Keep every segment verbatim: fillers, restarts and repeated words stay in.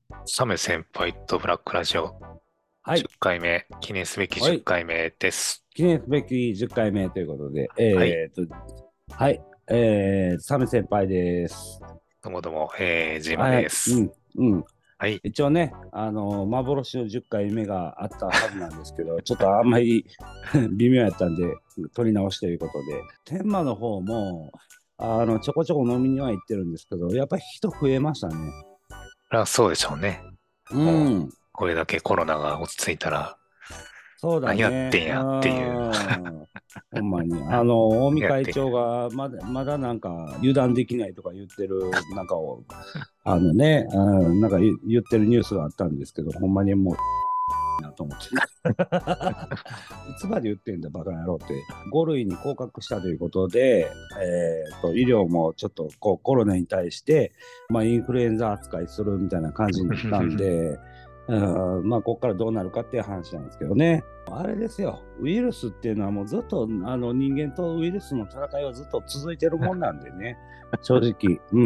サメ先輩とブラックラジオ10 はい。 回目、記念すべき10 はい。 回目です。 記念すべきじゅっかいめということで、 はい。 えーっと、はい。えー、サメ先輩です。 どうもどうも、えー、ジーマはい。うです。 ん。うん。 はい。 一応ね、あの、幻のじゅっかいめがあったはずなんですけど、ちょっとあんまり微妙やったんで、取り直しということで、天満の方も、あの、ちょこちょこ飲みには行ってるんですけど、やっぱり人増えましたね。 これはそうでしょうね。 うもう、 ん。 これだけコロナが落ち着いたら、 そうだ何やってね。うんやっていう、 ーん。ほんまに。あの、尾身会何やってんや。 長がまだ、まだなんか油断できないとか言ってる、なんかを、あのね、うん、なんか言言ってるニュースがあったんですけど、ほんまにもう、なと思って。いつまで言ってんだ、バカ野郎って。ご類に降格したということで、えーと、医療もちょっとこうコロナに対して、まあ、インフルエンザ扱いするみたいな感じになったんで、うん、まあ、ここからどうなるかっていう話なんですけどね。あれですよ、ウイルスっていうのはもうずっとあの人間とウイルスの戦いはずっと続いてるもんなんでね、正直。うん、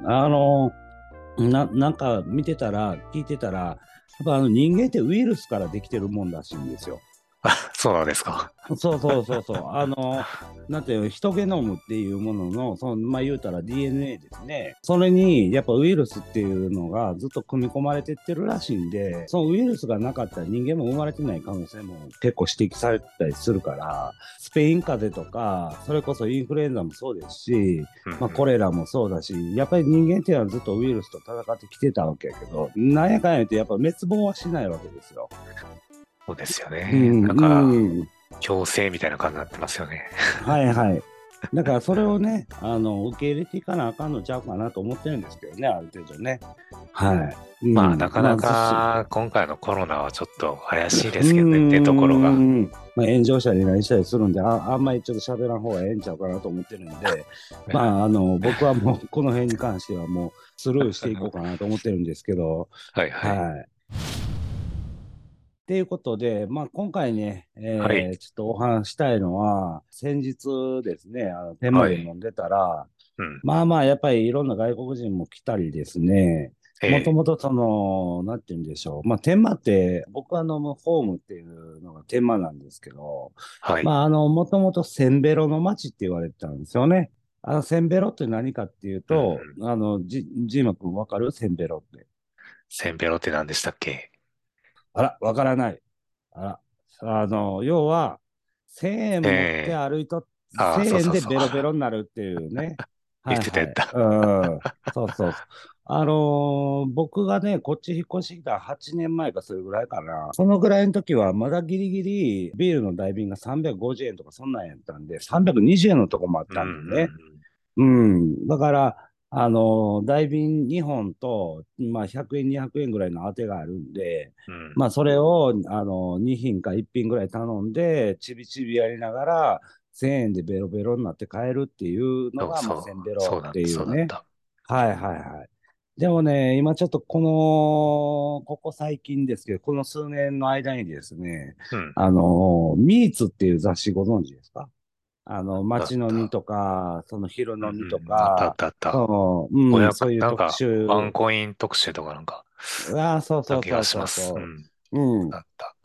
あの、な、なんか見てたら、聞いてたら、やっぱあの人間ってウイルスからできてるもんらしいんですよ。 あ、そうなんですか。 そうそうそうそう。あの、なんていうの、ヒトゲノムっていうものの、その、まあ言うたら ディーエヌエー ですね。それに、やっぱウイルスっていうのがずっと組み込まれてってるらしいんで、そのウイルスがなかったら人間も生まれてない可能性も結構指摘されてたりするから、スペイン風邪とか、それこそインフルエンザもそうですし、 うんうまあコレん。 ラもそうだし、やっぱり人間っていうのはずっとウイルスと戦ってきてたわけやけど、なんやかんや言ってやっぱ滅亡はしないわけですよ。 そうですようね。なんか、 ん、うん。 強制みたいな感じになってますよね。 はいはい。だからそれをね、あの、受け入れていかなあかんのちゃうかなと思ってるんですけどね、ある程度ね。はい。うまあ、なん。 かなまあ、ずし、 か今回のコロナはちょっと怪しいでうーすけどね、出所が。 ん。まあ、炎上したり何したりするんで、あ、あんまりちょっと喋らん方がええんちゃうかなと思ってるんで、まあ、あの、僕はもうこの辺に関してはもうスルーしていこうかなと思ってるんですけど、 はいはい。 はい。ということで、まあ、今回ね、 はい。 えーちょっとお話したいのは、先日ですね、あの天はい。 まで飲んでたら、 うん。 まあまあ、やっぱりいろんな外国人も来たりですね、もとええ。 もとその、なんて言うんでしょう、まあ、天満って、僕は飲むホームっていうのが天満なんですけど、 はい。 まあ、あの、もともとセンベロの街って言われてたんですよね。あの、センベロって何かっていううんうと、 ん。 あの、ジ、ジーマ君わかるセンベロって。 センベロって何でしたっけ？ あら、わからない。あら、あの、要は、せんえん持ってええ。 歩いと、 ああ、 1000円でそうそうそう。 ベロベロになるっていうね。 言っはいはい。 てた言った。 うん。そうそうそう。あのー僕がね、こっち引っ越してきたはちねんまえかそれぐらいかな。そのぐらいの時は、まだギリギリビールの代瓶がさんびゃくごじゅうえんとかそんなんやったんで、さんびゃくにじゅうえんのとこもあっうんうたんでね。 んうん。だから、あの、大瓶にほんと、まあ、ひゃくえん、にひゃくえんぐらいの当てがあるんで、 うん。うん。 まあ、それを、あの、に品かいっ品ぐらい頼んで、ちびちびやりながら、せんえんでベロベロになって買えるっていうのが、まあ、 そうそう。 せんベロってそうだった、 いうね。 そうだった。 はいはいはい。でもね、今ちょっとこの、ここ最近ですけど、この数年の間にですね、 うん。 あの、ミーツっていう雑誌ご存知ですか？あの、 だった。 街飲みとか、その昼うんう飲みとん。あったあっか、 たあった。 そう、うん、そうごひゃく、 いう特なんか、ワン集、 コイン特集とかなんか、 ああ、そうだ気がそうそうします。うそうそん。 う、うん。 だった。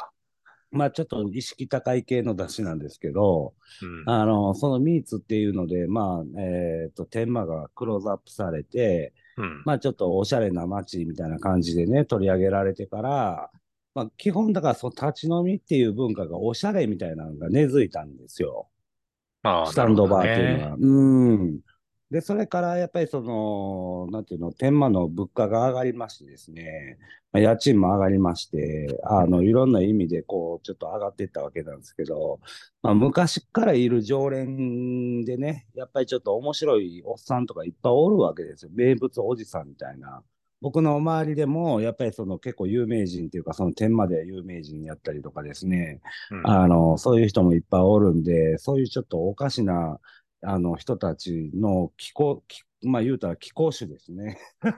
まあちょっと意識高い系の出汁なんですけど、 うん。 あの、そのミーツっていうので、まあ、えっと、天満がクローズアップされて、 うん。 まあちょっとおしゃれな街みたいな感じでね、取り上げられてから、まあ基本だからその立ち飲みっていう文化がおしゃれみたいなのが根付いたんですよ。 ああ、 スなるほどタンドバーっていうのは。 ね。 うん。で、それからやっぱりその、なんていうの、天満の物価が上がりましてですね、まあ家賃も上がりまして、あの、いろんな意味でこう、ちょっと上がっていったわけなんですけど、まあ、昔からいる常連でね、やっぱりちょっと面白いおっさんとかいっぱいおるわけですよ。名物おじさんみたいな。僕の周りでも、やっぱりその結構有名人っていうか、その天満で有名人やったりとかですね、 うん。 あの、そういう人もいっぱいおるんで、そういうちょっとおかしな、あの、人たちの気候、気まあ言うたら気候種ですね。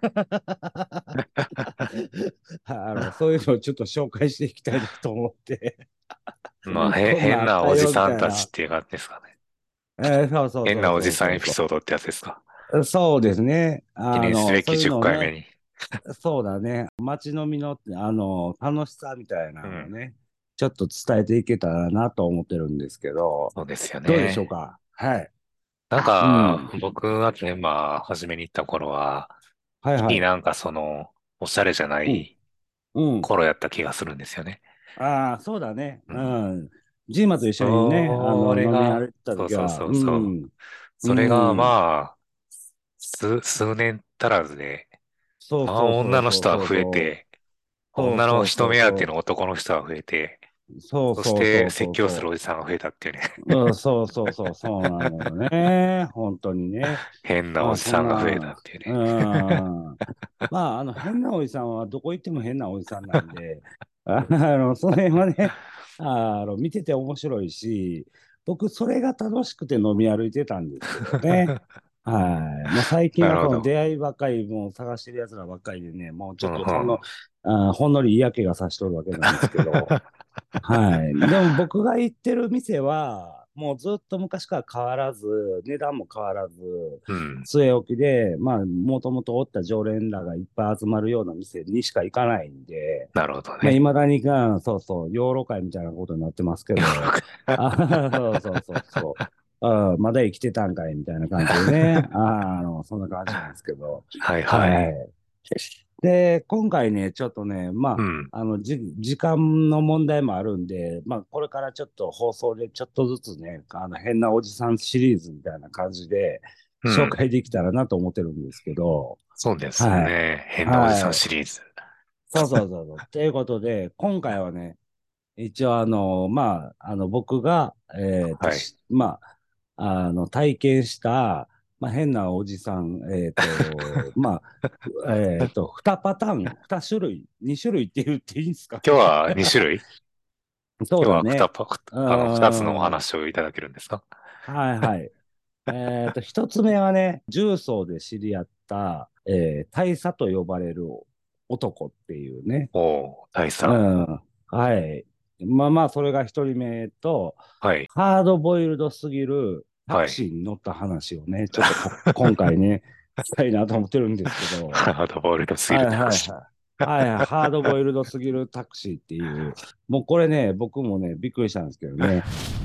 あの、そういうのをちょっと紹介していきたいなと思って、 まあ、へ、 こんなん変あったよ、みなおじさんたいな。 たちっていう感じですかね。 えーそうそう変なおじそうそうさんエピそうそソードってやつですか。 う。そうですね。 記念すあの、そういうべき10 のをね、 回目に。 そうだね。街飲みの、あの、楽しさみたいなうん。 のをね、ちょっと伝えていけたらなと思ってるんですけど、 そうですよどうでしょうね。 か？はい。 なんうか、 ん。 僕がね、まあ、初めに行った頃は、 はいはい。 日々なんかその、おしゃれじゃなうん。 いうん。 頃やった気がするんですよね。 ああ、そうだね。ううん。 ん。ジーマと一緒にね、あの、 それが、 飲み歩いてたそうそう時は、うそうそう。 ん。うそれがん。 まあ、数、数年足らずで、 そうまあ、 そうそう女のそうそう人は増えそう。 て、 そう女のそうそう人目当てのそ男の人は増えて、 う。そうそしそうそうて説教するそうそおじさんが増えたっていうね。 う。うん、そうそうそう、そうなのよね。本当にね。 変なまあ、 おじそんさんが増えたっな、うていうね。 ん。まあ、あの、変なおじさんはどこ行っても変なおじさんなんで、あの、その辺はね、あの、見てて面白いし、僕、それが楽しくて飲み歩いてたんですけどね。はい。もう最近はこのなるほど。 出会いばっかりもう探してる奴らばっかりでね、もうちょっうんうとその、 ん。 あほんのり嫌気がさしとるわけなんですけど、はい。でも僕が行ってる店は、もうずっと昔から変わらず、値段も変わらず、 うん。 据え置きで、まあ、もともとおった常連らがいっぱい集まるような店にしか行かないんで、 なるほどまあ、 ね。 未だにが、そうそう、養老会みたいなことになってますけど、あ、そうそうそうそう、あ、まだ生きてたんかいみたいな感じでね、あ、あの、そんな感じなんですけど、 はいはい。 はい。で、今回ね、ちょっとね、まうん。 あ、あの、じ、時間の問題もあるんで、まあ、これからちょっと放送でちょっとずつね、あの、変なおじさんシリーズみたいな感じで紹うん。 介できたらなと思ってるんですけど、 そうですはい。 ね。変なおじさんはい。 シリーズ。 そうそうそうそう。ということで、今回はね、一応、あの、まあ、あの、僕が、えっと、 はい。 しまあ、あの、体験した、まあ、変なおじさん、えっと、まあ、えっと、にパターン、に種類、に種類って言っていいんですかね？ 今日はに種類そう今日は2 だね。 パ、 うーあの、ふたつのおん。 話をいただけるんですか？ はいはい。えっと、一つ目はね、重曹で知り合った、えー大佐と呼ばれる男っていうね。 おー、大う佐。 ん。はい。まあまあ、それが一人目と、 はい。 ハードボイルドすぎるタクシはい。 ーに乗った話をね、ちょっとこ今回ね、したいなと思ってるんですけど、 ハードボールドすぎはいるタクシはいはい。はいはい、ハードボイルドすぎるタクシーっていう、もうこれね、僕もね、びっくりしたんですけどね。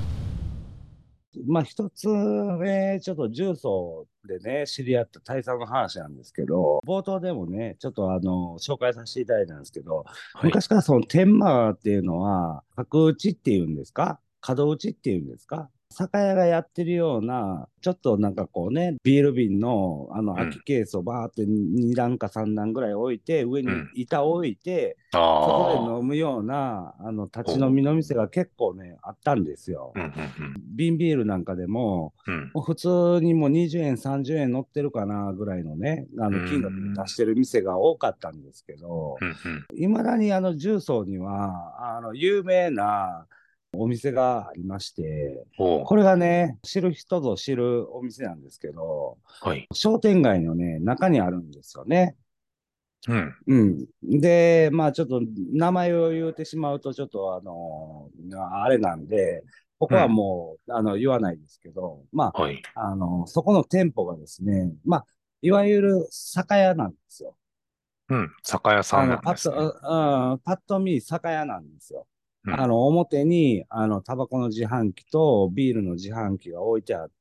まあ一つ目、ちょっと重曹でね、知り合った大佐の話なんですけど、冒頭でもね、ちょっとあの、紹介させていただいたんですけど、 ー。はい。 昔からその天満っていうのは、角打ちっていうんですか、角打ちっていうんですか、酒屋がやってるような、ちょっとなんかこうね、ビール瓶のあのうん。 空きケースをバーってに段かさん段ぐらい置いて、上にうん。 板を置いて、そこでああ。 飲むような、あの、立ち飲おう。 みの店が結構ね、あったんですよ。 うん、うん、 瓶ビールなんかでも、 うん。 もう普通にもうにじゅうえん、さんじゅうえん乗ってるかなぐらいのね、あうん。うの金額で出ん。 してる店が多かったんですけど、 うん、うん。 いまだにあの重曹には、あの有名なお店がありまして、 おう。 これがね、知る人ぞ知るお店なんですけど、 はい。 商店街のね、中にあるんですよね。 うん。 うん。で、まあちょっと名前を言うてしまうとちょっとあの、あれなんで、ここはうん。 もうあの言わないですけど、まはい。 あ、あの、そこの店舗がですね、まあ、いわゆる酒屋なんですよ。 うん。酒屋さんあの、パッと、 なんですね。 うん、パッと見酒屋なんですよ。 うん。 あの、表に、あの、タバコの自販機とビールの自販機が置いてあって、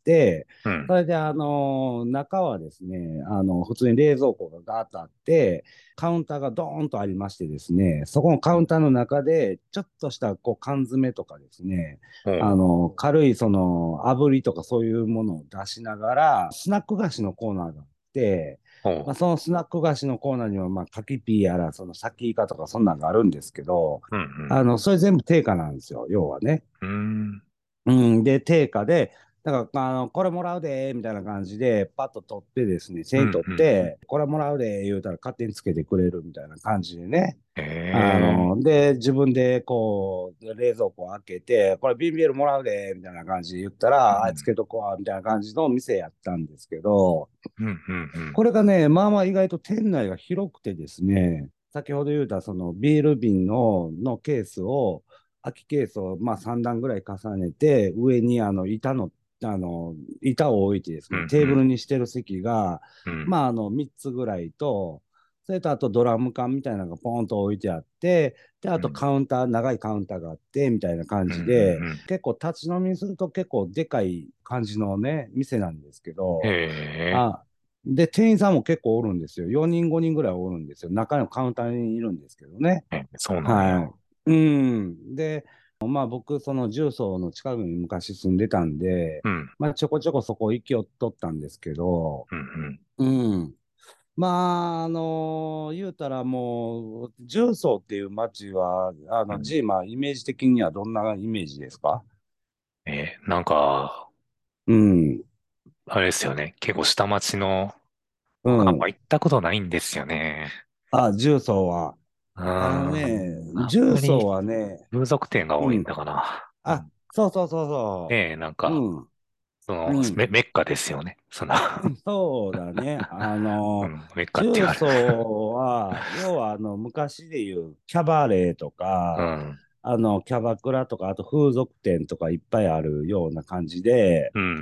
うん。 それで、あの、中はですね、あの、普通に冷蔵庫がガーッとあって、カウンターがドーンとありましてですね、そこのカウンターの中で、ちょっとした、こう、缶詰とかですね、 おう。 あの、軽い、その、炙りとかそういうものを出しながら、スナック菓子のコーナーがあって、まあ、 おう。 そのスナック菓子のコーナーには、まあ、柿ピーやら、そのサキイカとかそんなんがあるんですけど、 うん。 あの、それ全部定価なんですよ、要はね。 うん。うん。 うん、で、定価で、だから、あの、これもらうで、みたいな感じで、パッと取ってですね、 うん。 せんえん取っうん。 て、これもらうで、言うたら勝手につけてくれるみたいな感じでね。あええの、で、自分でこう、冷蔵庫を開けて、これビンビールもらうで、みたいな感じで言ったら、あ、つけとこう、みたいな感じの店やったんですけど、 うん。うん。うん。 これがね、まあまあ意外と店内が広くてですね、先ほど言ったそのビール瓶の、のケースを、空きケースをまあさん段ぐらい重ねて、上にあの板の、あの、板を置いてですね、 うん。 テーブルにしてる席が、 うん。 まああのみっつぐらいと、 それとあとドラム缶みたいなのがポンと置いてあって、で、あうん。 とカウンター、長いカウンターがあって、みたいな感うん。うじで、 ん。 結構立ち飲みすると結構でかい感じのね、店なんですけへど、 え。 あ、で、店員さんも結構おるんですよ。よにん、ごにんぐらいおるんですよ。中のカウンターにいるんですけどね。 え、そうなんや。 はい。うん。で、まあ僕、その重曹の近くに昔住んでたんで、 うん。 まあちょこちょこそこ行きを取ったんですけど、 うん。うん。 うん。まあ、あの言うたらもう、重曹っていう街は、あの、 うん。 ジーマ、イメージ的にはどんなイメージですか？ え、なんか、 うん。 あれですよね。結構下町の、 う僕あんまん。 行ったことないんですよね。 あ、重曹は。 うーあのん。 ね、 あんまり重曹はね、 風俗店が多いうん。 んだかな。うあ、 ん。 そうそうそうそねえ、なんう。 か、 うん。 その、 うん。 メ、メッカですよね。そのそうだね。あの、 うん、メッカって言重われる。 曹は、要はあの、昔でいうキャバレーとか、 うん。 あの、キャバクラとか、あと風俗店とかいっぱいあるような感じで、 うん、うん。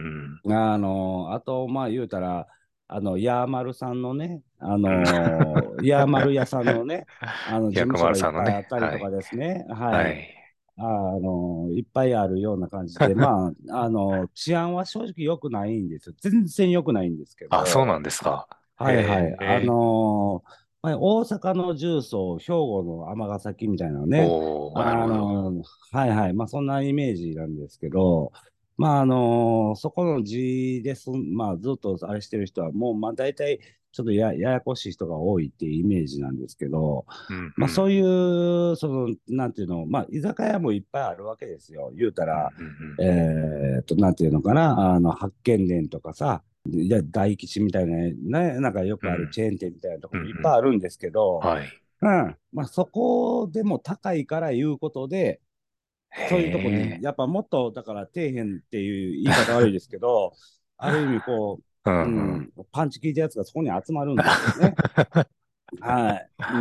あの、あと、まあ言うたら、あの、ヤーマルさんのね、あうんの、ヤーマル屋さんのね、あの、事務薬所がいっ丸さんのね。 ぱいあったりはい。 とかですね、はい。 はい。 あの、いっぱいあるような感じで、まあ、あの、治安は正直良くないんですよ。全然良くないんですけあ、そうなど、 んですか。へはいはい。あえ。 のーまあ大阪の重曹、兵庫の尼崎みたいなね。 おー、なるあほど。 のーはいはい。まあそんなイメージなんですけど、まああのーそこの字です、まあずっとあれしてる人はもうまあ大体ちょっとや、ややこしい人が多いっていうイメージなんですけど、 うん、うん。 まあそういう、その、なんていうの、まあ居酒屋もいっぱいあるわけですよ。言うたうん、うら、 ん、 えーっと、なんていうのかな、あの、八軒伝とかさ、いや、大吉みたいなね、なんかようん。 くあるチェーン店みたいなとこうん、うもいっぱいん。 あるんですけど、 はい。 うん。まあ、そこでも高いから言うことで、 へそういうとこに、 え。 やっぱもっと、だから底辺っていう言い方悪いですけど、ある意味こうう、うん、うん。 ん、パンチ効いたやつがそこに集まるんですよね。はい。うん。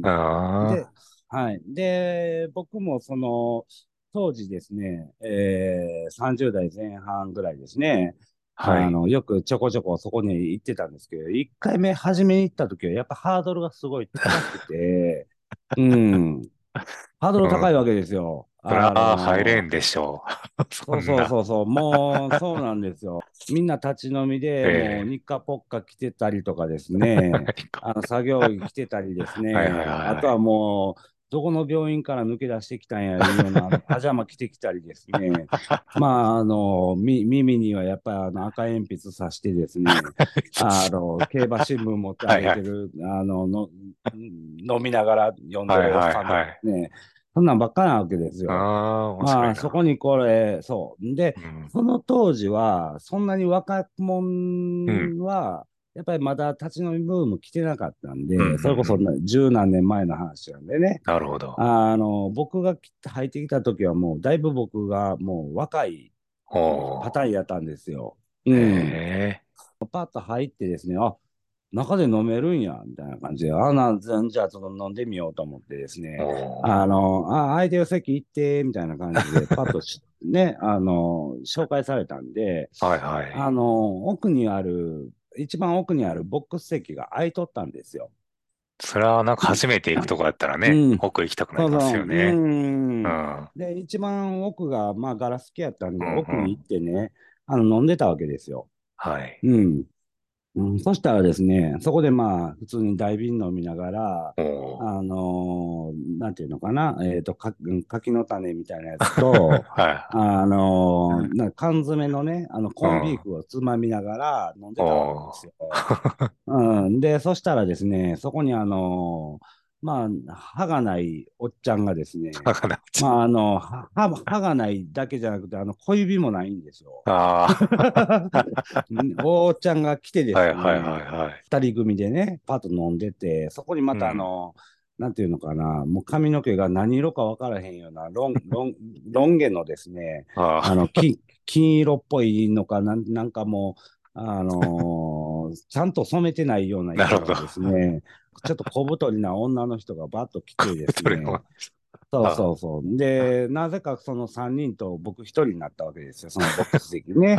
で、 あはい。で、僕もその、当時ですね、えー、さんじゅう代前半ぐらいですね、 あ、はい。 あの、よくちょこちょこそこに行ってたんですけど、いっかいめ初めに行った時は、やっぱハードルがすごい高くて、うん、ハードルうん。 高いわけですよ。あそりゃ、入れんの、 でしょう。そそうそうんな。 そうそう、もうそうなんですよ。みんな立ち飲みでもうええ。 日課ポッカ着てたりとかですね、あの作業着着てたりですはいはいね、あとははいはい。 もうどこの病院から抜け出してきたんやいうようなあのパジャマ着てきたりですね、まあ、あの、み耳にはやっぱりあの赤鉛筆さしてですね、あの、競馬新聞持ってはいはい。 歩いてる、あの、の、飲みながら読んではいるおっさんとかはいはい。 ですね、そんなんばっかなわけですあよ。 あ、面白まあ、そこいな。 にこれ、そう。で、 うん。 その当時は、そんなに若うん。 者は、やっぱりまだ立ち飲みブーム来てなかったんうん。うで、それこそん。うん十何年前の話なんでね。 なるほど。 あの、僕が来て入ってきた時はもう、だいぶ僕がもう若いパタおー。 ーンやったんですよ。うへん。 え。 パッと入ってですね、あ、中で飲めるんや、みたいな感じで、あ、な、じゃじゃあちょっと飲んでみようと思ってですね、 おー。 あの、あ、空いてる席行って、みたいな感じで、パッとしね、あの、紹介されたんで、 はいはい。 あの、奥にある、一番奥にあるボックス席が空いとったんですよ。 それはなんか初めて行くとこだったらね、 うん。 奥行きたくなりますそうそう。うよね。うん。 ん。 で、一番奥が、まあ、ガラス機やったんうで、 んうん。 奥に行ってね、あの、飲んでたわけですよ。 はい。 うん。うん、そしたらですね、そこでまあ、普通に大瓶飲みながら、 おー。 あのーなんていうのかな、えっと、か、うん柿の種みたいなやつと、 はあのーな缶詰のね、あの、 い。うコンビーん。 フをつまみながら飲んでたわけでおー。 すよ。うん。で、そしたらですね、そこにあのーまあ、歯がないおっちゃんがですね、 わかんなくちまあ、あの、歯、歯歯がないだけじゃなくて、あの、小指もないんですよ。 ああ。 おっちゃんが来てではいすはいはね、 いはい。 二人組でね、パッと飲んでて、そこにまたあうん。 の、なんていうのかな、もう髪の毛が何色か分からへんようなロン、ロン、ロン毛のですね、あの、 ああ。 金、金色っぽいのかなん、なんかもう、あのーちゃんと染めてないようななるほど。 色のですね、ちょっと小太りな女の人がバッと来てですね、 それは。 そうあそうそう。で、なぜかそのさんにんと僕ひとりになったわけですよ、そのボックス席ね。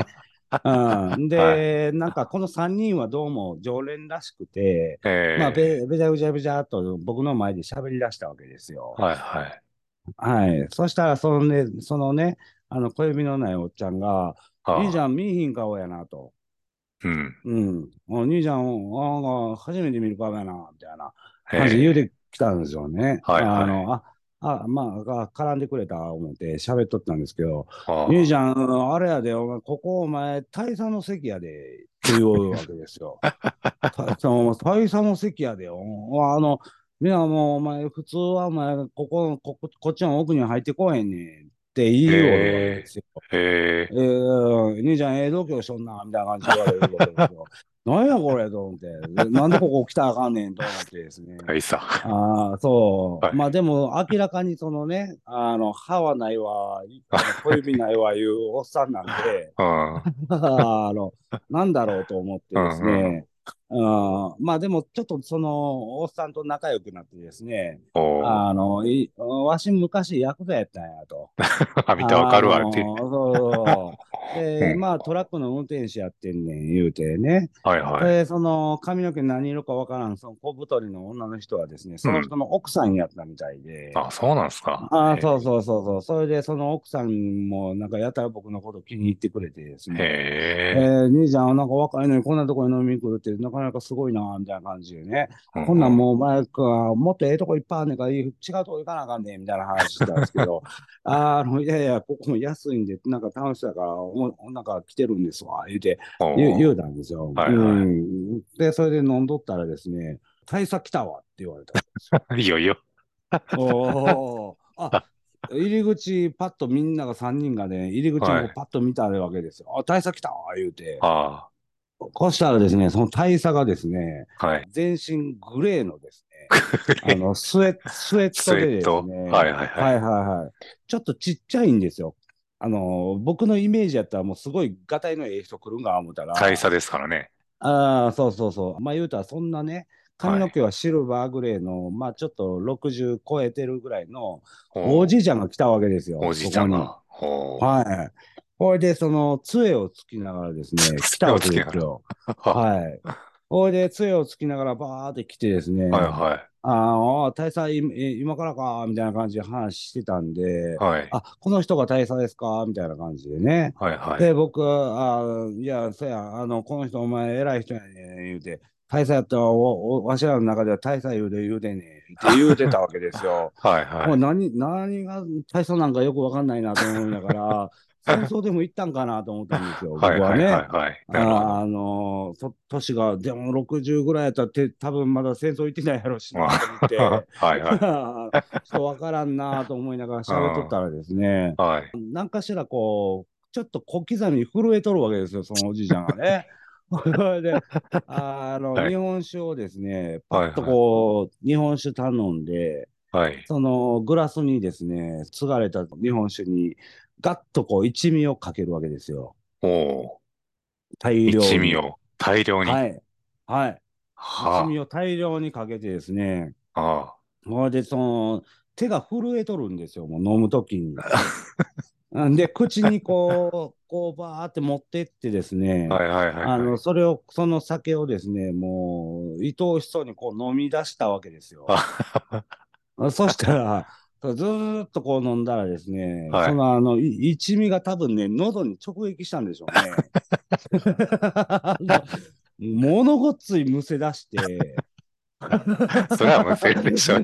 うん。 はい。 で、なんかこのさんにんはどうも常連らしくて、まあ、 えべ、べちゃべちゃべちゃっと僕の前で喋り出したわけですー、 よ。 はいはい。 はい。そしたら、そのね、そのね、あの小指のないおっちゃんが、兄ちああ、 ゃん見えひん顔やなと。 うん。 うん。あ兄ちゃん、ああ、初めて見る顔やな、みたいなえ感じで言うえてきたんですよね。 はいはい。 あの、あ、あ、まあ、あ絡んでくれた思って喋っとったんですけど、兄ちあゃん、あれやで、お前、ここお前、大佐の席やで、って言うわけですよ。た、その大佐の席やで、おあの、みんなもう、お前、普通はお前、ここ、ここ、こっちの奥に入ってこへんねんって言いおるわけでえすよ。 ええええー、兄ちゃん、ええ度胸しとんな、みたいな感じで言われるわけですよ。なんやこれと思って、でなんでここ来たらあかんねんと思ってですね。 大佐。 ああ、そはい。 う。まあでも、明らかにそのね、あの、歯はないわ、あの小指ないわ、いうおっさんなんで、 うん。 あの、なんだろうと思ってうですんうん。 ね、うん、まあでも、ちょっとその、おっさんと仲良くなってですね、 おお。 あの、いわし昔ヤクザやったんやと。 あ、見てわかあるわって。 の、そう。で、 うん。 まあ、トラックの運転手やってんねん、言うてね。 はいはい。 それで、その、髪の毛何色かわからん、その小太りの女の人はですね、 うん。 その人の奥さんやったみたいで、 あ、そうなんですか。 ああ、 へそうそうそうそう。それで、その奥さんも、なんか、やたら僕のこと気に入ってくれてですえ。へね、ええ。 ー、兄ちゃん、なんか若いのにこんなとこに飲みに来るって、なかなかすごいな、みたいな感じでね。 うんうん。 こんなんもう前からもっとええとこいっぱいあんねんから、違うとこ行かなあかんねん、みたいな話してたんですけど、あーあの、いやいや、ここも安いんで、なんか楽しそうだから、おなんか来てるんですわ、言うて、 お言う、言うお。 たんですよ。うはいはん。で、それで飲んどったらですね、大佐来たわって言われたわけですよ。 い。いいよいいよ。 おー、あ、入り口、パッとみんながさんにんがね、入り口のはい。 方パッと見たわけですよ。あ、大佐来たわ言うて。 あこうしたらですね、その大佐がですね、 あ。はい。 全身グレーのですね、あの、スウェッ、スウェッスウトでですェット。はいね、 はいはい。 はいはいはい。ちょっとちっちゃいんですよ。あの、僕のイメージやったらもうすごいガタイのええ人来るんか思ったら、 大佐ですからね。 ああ、そうそうそう。まあ言うたらそんなね、髪はい。 の毛はシルバーグレーの、まあちょっとろくじゅう超えてるぐらいのおおじいお。 ちゃんが来たわけですよ、 おじいそこに。 ちゃんが。おお。 はい。ほいで、その杖をつきながらですね、来手をたわけつけながら。 ですよ。 ははい。ほいで、杖をつきながらバーって来てですね、 はいはい。 ああ、大佐、い今からか、みたいな感じで話してたんで、 はい。 あ、この人が大佐ですかみたいな感じでね。で、 はいはい。 僕は、あ、いや、そや、あの、この人お前偉い人やねん、言うて、大佐やったらお、お、わしらの中では大佐言うて言うてんねん、って言うてたわけですよ。もうはいはい。 何、何が大佐なんかよくわかんないなと思いながら、戦争でも行ったんかなと思ったんですよ、 はいはいは僕はね。 いはい。なるほど。 あ、あのー、と、年が、でもろくじゅうぐらいやったらて、多分まだ戦争行ってないやろうしなと思って、 はいはい。 ちょっとわからんなと思いながらうん。 喋っとったらですね、 はい。 なんかしらこう、ちょっと小刻みに震えとるわけですよ、そのおじいちゃんがね。で、あの、 はい。 日本酒をですね、パッとはいはい。 こう、日本酒頼んで、 はい。 そのグラスにですね、継がれた日本酒に、ガッとこう一味をかけるわけですよ。 おお。 大量に。 一味を大量に。 はい。はい。一味はを大量にかけてですね、 あ。あほいで、その、手が震えとるんですよ、もう飲むときに。 あ。 んで、口にこう、こうバーって持ってってですね、 はいはいはいあの、 はい。 それを、その酒をですね、もう、愛おしそうにこう飲み出したわけですよ。 あそしたら、ずーっとこう飲んだらですね、 はい。 そのあの、い一味が多分ね、喉に直撃したんでしょうね。あの物ごっついむせ出して、 それはむせるでしょ。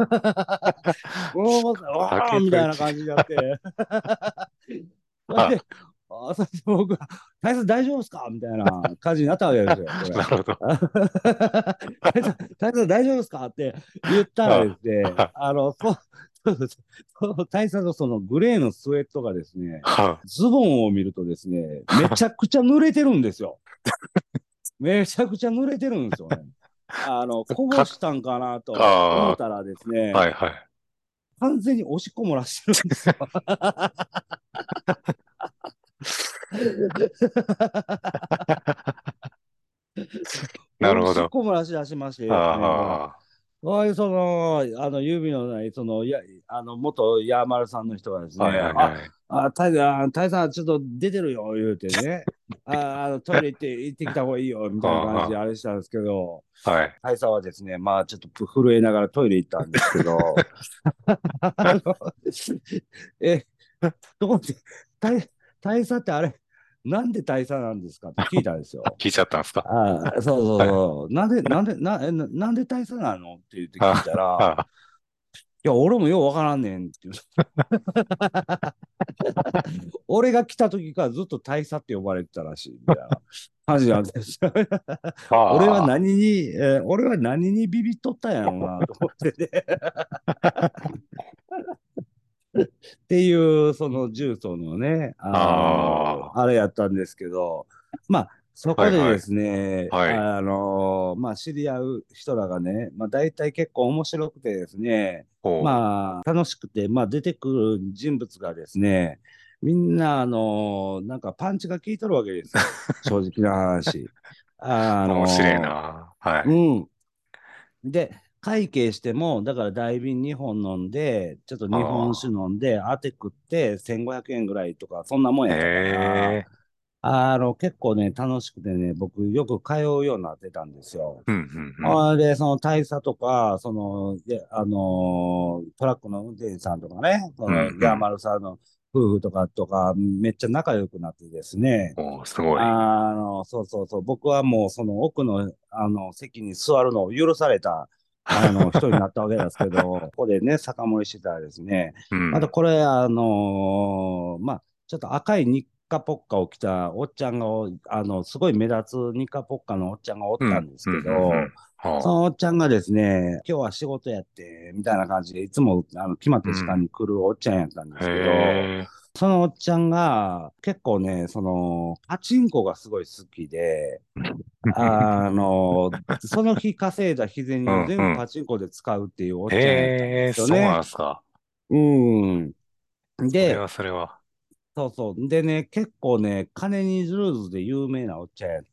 物ごっつい、わーみ酒と一味。 たいな感じになって、それあ、 で、あ、それで僕は、大佐大丈夫ですかみたいな感じになったわけですよ、これ。 なるほど。 大佐、大佐大丈夫ですかって言ったらであ、 すね、 あ、 あの、そう、そうです。その大佐のそのグレーのスウェットがですね、 あ、 ズボンを見るとですね、めちゃくちゃ濡れてるんですよ。めちゃくちゃ濡れてるんですよね。あの、こぼか、 したんかなと思っあたらですあ、はね、 いはい。 完全に押しこもらしてるんですよ。押しなるほど。 こもらし出しましてですね、ほら。 あおい、その、あの、指のない、その、や、あの、元ヤーマルさんの人がですはいね、あ、 はいはい。 あ、タイガー、タイさん、ちょっと出てるよ、言うてね、あ、あの、トイレ行って、行ってきた方がいいよ、みたいな感じでああれしたんですけど、 あ、はい。 タイさんはですね、まあ、ちょっと震えながらトイレ行ったんですけど、あの、え、どこで、大、大佐ってあれ、なんで大佐なんですかって聞いたんですよ。 聞いちゃったんですか？ ああ、そうそうはい。 そう。なんで、なんで、な、えな、なんで大佐なのって言って聞いあたら、 あ、 いや、俺もようわからんねんっていう。俺が来た時からずっと大佐って呼ばれてたらしいみたいな感じなんですよ。俺はあ何に、えー俺は何にビビっとったんやろうなと思ってね。っていう、その重曹のね、あのあ、ああれやったんですけど、まあ、そあ、はいはい。 こでですね、 はい。 あのまあ、知り合う人らがね、まあ、大体結構面白くてですね、 おう。 まあ、楽しくて、まあ、出てくる人物がですね、みんな、あのなんかパンチが効いとるわけですよ。正直な話。あ面白いのな。はい。 うん。で、会計しても、だから大瓶にほん飲んで、ちょっと日本酒あ飲んで、当て食ってせんごひゃくえんぐらいとか、そんなもんあ、へやったから、 え、 あの、結構ね、楽しくてね、僕よく通うようになってたんですよ。 うん、うん、うん。 あで、その大佐とか、その、で、あのートラックの運転手さんとかね、そうん、 の、ヤーマうん。 ルさんの夫婦とかとか、めっちゃ仲良くなってですね、 おう、すごい。 あの、そうそうそう、僕はもうその奥の、あの席に座るのを許されたあの人になったわけですけど、ここでね、酒盛りしてたらですね、 うん。 またこれ、あのまあ、ちょっと赤いニッカポッカを着たおっちゃんがお、あの、すごい目立つニッカポッカのおっちゃんがおっうん、 たんですうん、うん、 けうど、 ん。 そのはあ。 おっちゃんがですね、今日は仕事やって、みたいな感じで、いつもあの決まった時間うん。 に来るおっちゃんやったんでへすけど、 え、 そのおっちゃんが結構ね、その、パチンコがすごい好きで、あの、その日稼いだ日うん、 銭を全部うん。 パチンコで使うっていうおっちゃんやったんでへえ、そうなすよね。 んですか。 うん。で、 それはそれは。 そうそう。でね、結構ね、金にルーズで有名なおっちゃんやって、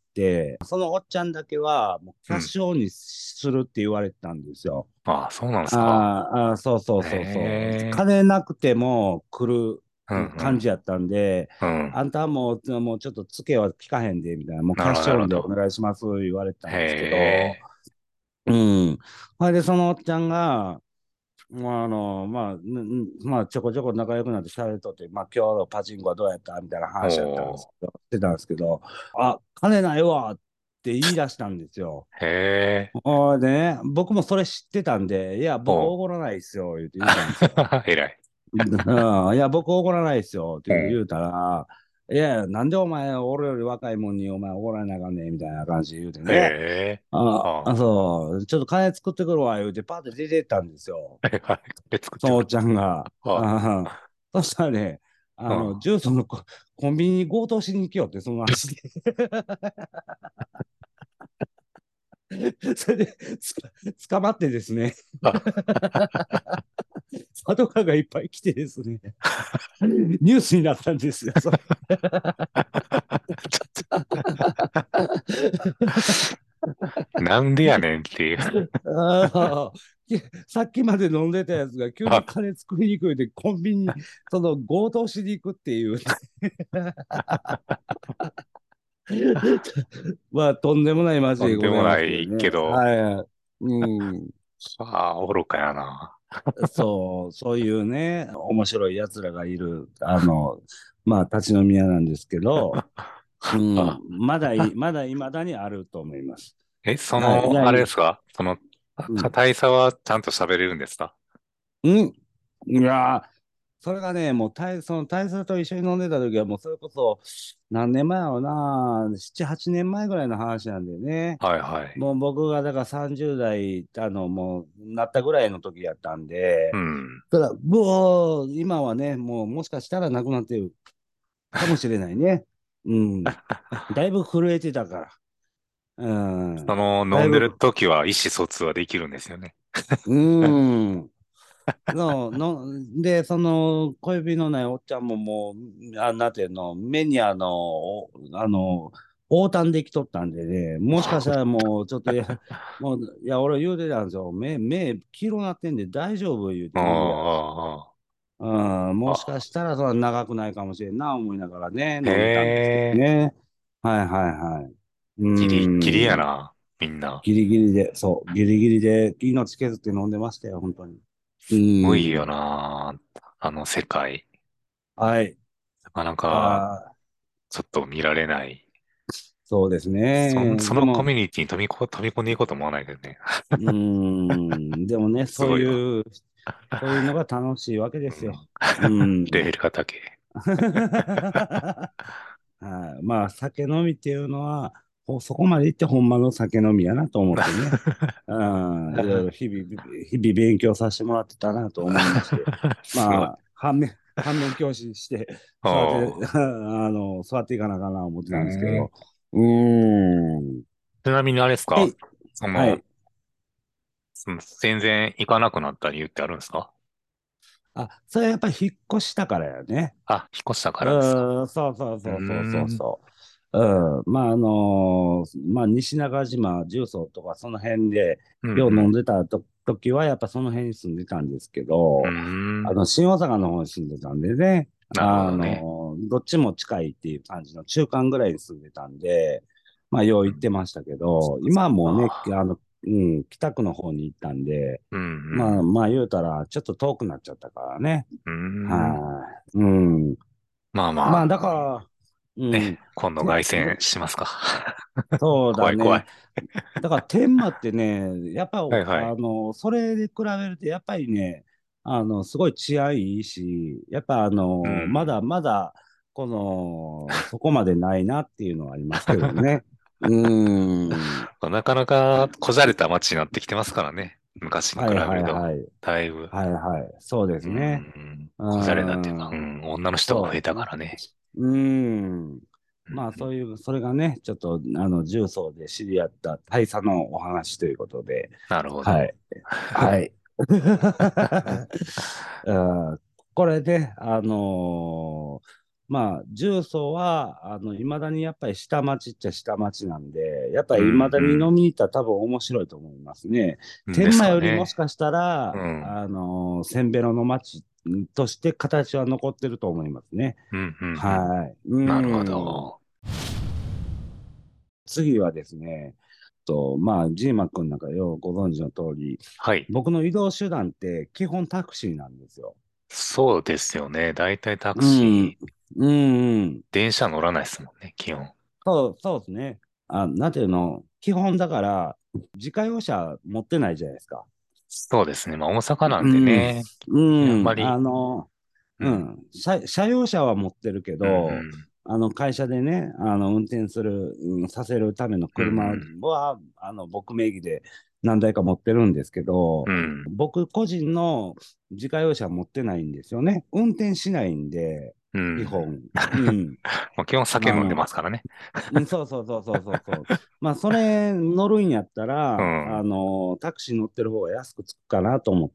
そのおっちゃんだけはもうキうん。 ャッシュオンにするって言われてたんですよ。 ああ、そうなんですか。 あーあー、そうそうへそうそう。 え、 金なくても来うん、うる感ん。 じやったんで、 うん。 あんたはもう、もうちょっとツケは効かへんで、みたいな、もうキなるほど、 ャッシュオンでおなるほど。 願いします、言われてたへんですけど、 え、 うん。それで、そのおっちゃんが、まあ、あの、まあ、んんまあ、ちょこちょこ仲良くなって喋っとって、まあ、今日のパチンコはどうやったみたいなお話やったんですー、 けど、してたんですけど、あ、金ないわって言い出したんですよ。 へえ、 ほいでね、僕もそれ知ってたんで、いや、僕おう。 おごらないっすよ、言うて言うたんですよ。 偉い。 うん、いや、僕おごらないっすよ、ってうん。 言うたら、いや、なんでお前、俺より若いもんにお前おごらなあかんねん、みたいな感じで言うてへね。 え、 あ、ああそう、ちょっと金作ってくるわ、言うて、パーって出てったんですよ。 あ、はいはい。で、作ってくる。 そのおっちゃんが。 ああそしたらね、あの、 あ、 ジュースのコ、コンビニに強盗しに行きよって、その足で。それで、つか、捕まってですね、 うん。あ、 パトカーがいっぱい来てですね、ニュースになったんですよ、それ。 ちょなんでやねんっていう。 ああ、きさっきまで飲んでたやつが急にあ、 金作りにくいで、コンビニにその強盗しに行くっていうね。まあ、とんでもない街とんでもでございますけどないけね。 ど、 はい。うん。 ああ、愚かやな。 そう、そういうね、面白い奴らがいる、あの、まあ、立ち飲み屋なんですけど、うん、 あ、 まだい、まだ未だにあると思います。 え、そはい。いの、 や、いあれですか？その、 うん。 硬いさはちゃんと喋れるんですか？ うん。いやー、それがね、もう大、その大佐と一緒に飲んでた時は、もうそれこそ、何年前やろうな、なな、はちねんまえぐらいの話なんでね。 はいはい。 もう僕がだからさんじゅう代、あの、もう、なったぐらいの時やったんで、 うん。 ただ、もう、今はね、もう、もしかしたらなくなってるかもしれないね。うん。だいぶ震えてたから。うん。 その、飲んでるだいぶ、 時は意思疎通はできるんですよね。 うん。の、の、で、その、小指のないおっちゃんももう、あ、なんていうの、目にあの、おあの、 横断できとったんでね、もしかしたらもうちょっといや、もう、いや、俺言うてたんですよ。目、目、黄色なってんで大丈夫言うあて、いや、 あ、 うん、もしかああ、 したらそんな長くないかもしれんな思いながらね、 へ飲んでたんですけどえ、 ね。はいはいはい。うギリギリやん、 な、みんな。 ギリギリで、そう、ギリギリで命削って飲んでましたよ、本当に。うすごいよん、 な、あの世界。 はい。 なかなか、 あー、 ちょっと見られない。 そうですそん、 ね。 そのコでも、 ミュニティに飛びこ、飛び込んでいこうと思わないけどね。 うん、でもね、そうすごいわ。 いう、そういうのが楽しいわけですよ。 うん。 うレん。 ベルが高い。 はい、まあ、酒飲みっていうのは、ほそこまで行ってほんまの酒飲みやなと思ってね。うん、いろいろ日々、日々勉強させてもらってたなと思いまして。 すごい。 まあ、反面、反面教師して、育て、 ああの、育っていかなあかんな思ってあ。うたんですけん。 ど。うーん。 ちなみにあれですか？ え、 その、 はい。 その全然行かなくなった理由ってあるんですか？ あ、それはやっぱり引っ越したからやね。 あ、引っ越したからですか？ うん、そうそううーそうそうそうん。 そう。うん、まああのまあ西長島、重曹とかその辺でうんよう飲んうん。 でたと時はやっぱその辺に住んでたんですけうーど、あん。 の新大阪の方に住んでたんでね、 なるほあどね。 のどっちも近いっていう感じの中間ぐらいに住んでたんで、まあよううん。 行ってましたけど、 そっかそっ今はもうね、 か。 あの、うん、北区の方に行ったんで、 うんうまあん。 まあ言うたらちょっと遠くなっちゃったからね。 うーん。 はい。うん。 まあまあ、 まあ、 だから、うね。 ん。 今度て、 凱旋しますか。 そうだね。 怖い怖い。 だから天満ってね、やっぱ、 はいはい。 あの、それで比べると、やっぱりね、あの、すごい治安いいし、やっぱあの、まうん。 だまだ、この、そこまでないなっていうのはありますけどね。うーん。 なかなかこじゃれた街になってきてますからね。昔に比はいはいべると。 はい。 だいぶ。 はいはい。そうでうすね。 ん。 うこじゃれたっていうか、うーん。 ん。女の人が増えたかそうですね。 らね。 うーん。 うんうん。 まあそういう、それがね、ちょっとあの重曹で知り合った大佐のお話ということで、 なるほど。 はい。はい。うんこれで、あのーまあ、重曹は、あの、いまだにやっぱり下町っちゃ下町なんで、やっぱうりいまんだに飲みに行ったら多分面白いと思いますね。 うん。です天満よりもしかね。 かしたら、 うん。 あのーせんべろの町として形は残ってると思いますね。 うんうんうん。 はい。うなるほーん。 ど。 次はですね、と、まあ、ジーマックンなんかようご存知の通り、 はい。 僕の移動手段って基本タクシーなんですよ。 そうですよね。だいたいタクうん、 シー、 うん、 電車乗らないですもんね、基本。 そう、そうですね。あ、なんていうの、基本だから、自家用車持ってないじゃないですか。 そうですね。まあ大阪なんでうん、 ね。あんうん、あまり、 の、 うん。 うん、車、車用車は持ってるけうんど、あの会社でね、あの運転する、うん、させるためのうん。う車んは、あの僕名義で何台か持ってるんですけど、 うん。うん。 僕個人の自家用車持ってないんですよね。運転しないんで、 うん。 基本。うん。 まあ基本酒飲んであの、 ますからね。 うんそうそうそうそうそうそう。まあ、それ乗るんやったうら、あん。 の、タクシー乗ってる方が安くつくかなと思って、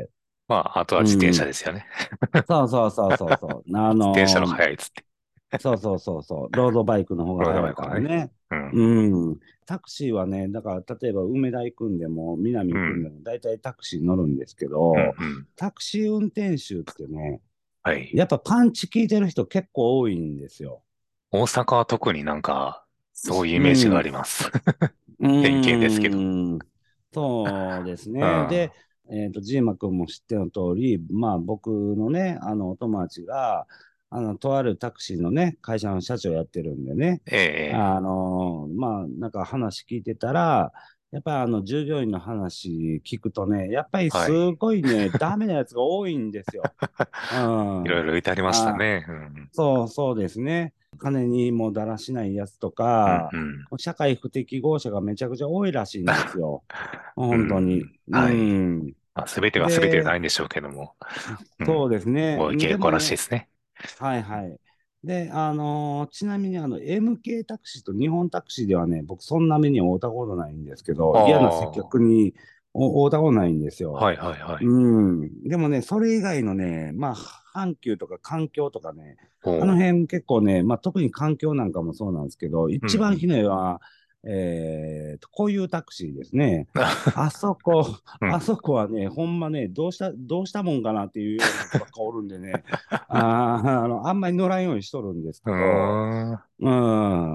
まあ、あとはう自転車ん。 ですよね。 そうそうそうそうそう。あ自転車のの、 速いっつって。 そうそうそうそう。ロードバイクの方がロード早いバイクはね。 からね。 うん。 うん。タクシーはね、だから例えば梅田行くんでも、南うん。 行くんでも、大体タクシー乗るんですけうん。 ど、 うん。 タクシー運転手ってね、 はい。 やっぱパンチ効いてる人結構多いんですよ。 大阪は特になんか、そういうイメージがあうん。 ります。 う偏見ですけど。 ーん、そうですうね。で、 ん。 えっと、ジーマ君も知っての通り、まあ僕のね、あのお友達が、あの、とあるタクシーのね、会社の社長やってるんでね、 ええ、 あの、まあなんか話聞いてたら、やっぱりあの従業員の話聞くとね、やっぱりすはい。 ごいね、ダメなやつが多いんですよ。ういろいん。 ろ言ってありましたあ、 ね。うん。 そうそうですね。金にもだらしないやつとうん、 か、 うん。 社会不適合者がめちゃくちゃ多いらしいんですよ。 う本当に。 ん。 うはい。 ん。 まあ、すべてがすべてじゃなで、 いんでしょうけども。うん。 そうですね。 ご意見ごらしいででも、 すね。 はいはい。で、あのーちなみにあの エムケー タクシーと日本タクシーではね、僕そんな目には遭ったことないんですけど、嫌な接ああ、 客にお会うたことないんですよ。 はいはいはい。 うん。でもね、それ以外のね、まあ、阪急とか環境とかね、あのおう。 辺結構ね、まあ、特に環境なんかもそうなんですけど、 うんうん。 一番ひどいは、えーと、こういうタクシーですね。あそこ、 うん。 あそこはね、ほんまね、どうした、どうしたもんかなっていうようなやつばっかおるんでね、あー、あの、あんまり乗らんようにしとるんですうけど、 ーん。 うん。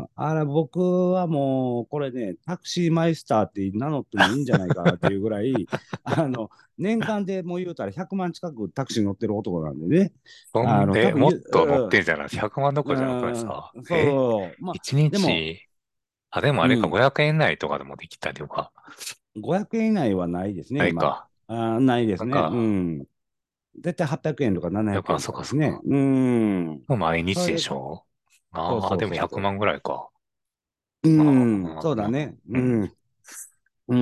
あれ、僕はもう、これね、タクシーマイスターって名乗ってもいいんじゃないかなっていうぐらい、あの、年間でもう言うたらひゃくまん近くタクシー乗ってる男なんでね。あの、多そんで、 分ゆ、 もっと乗ってんじゃない？ ひゃく 万どころじゃなくないですうん、うんか？ そうえ？ そう。まあ、 いちでも、 日、あ、でもあれか、 うん、 ごひゃくえん内とかでもできたりとか、 ごひゃくえん以内はないですね、今。 ないか。 あー、ないですね。うなんか、 ん。絶対はっぴゃくえんとか700 やっぱ、 円とそっかですね。 かそっか。 うん。 もう毎日でそれで、 しょ？ああー、 そうそうでも100 そうそ万ぐらいか。 う。うまあ、 ん、そうだまあ、 ね。 うん。 うん。うん。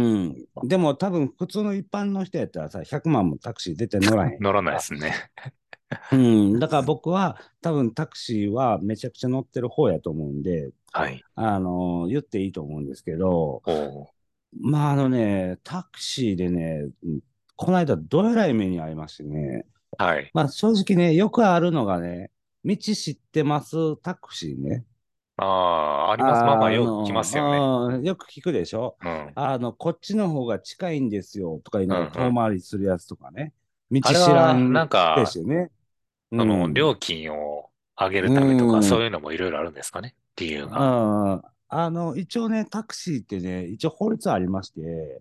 でも多分普通の一般の人やったらさ、ひゃくまんもタクシー絶対乗らへん乗らないでやんか。 すね。 うん。だから僕は多分タクシーはめちゃくちゃ乗ってる方やと思うんで、 はい。 あの言っていいと思うんですけど、 おー。 まああのね、タクシーでね、うんこの間どえらい目に遭いましてね、 はい。 まあ正直ね、よくあるのがね、道知ってますタクシーね。 ああ、あります。まあまあ、 あよく来ますよね。 の、うんよく聞くでしょ？ うん。 あの、こっちの方が近いんですよとか言いうんうながら遠ん。 回りするやつとかね。道あれ知らは、 んなんか、 ですよね。うその、 ん。 料金を上げるうためとか、そうん。 いうのもいろいろあるんですかね？理由が。 ああの、一応ね、タクシーってね、一応法律ありまして、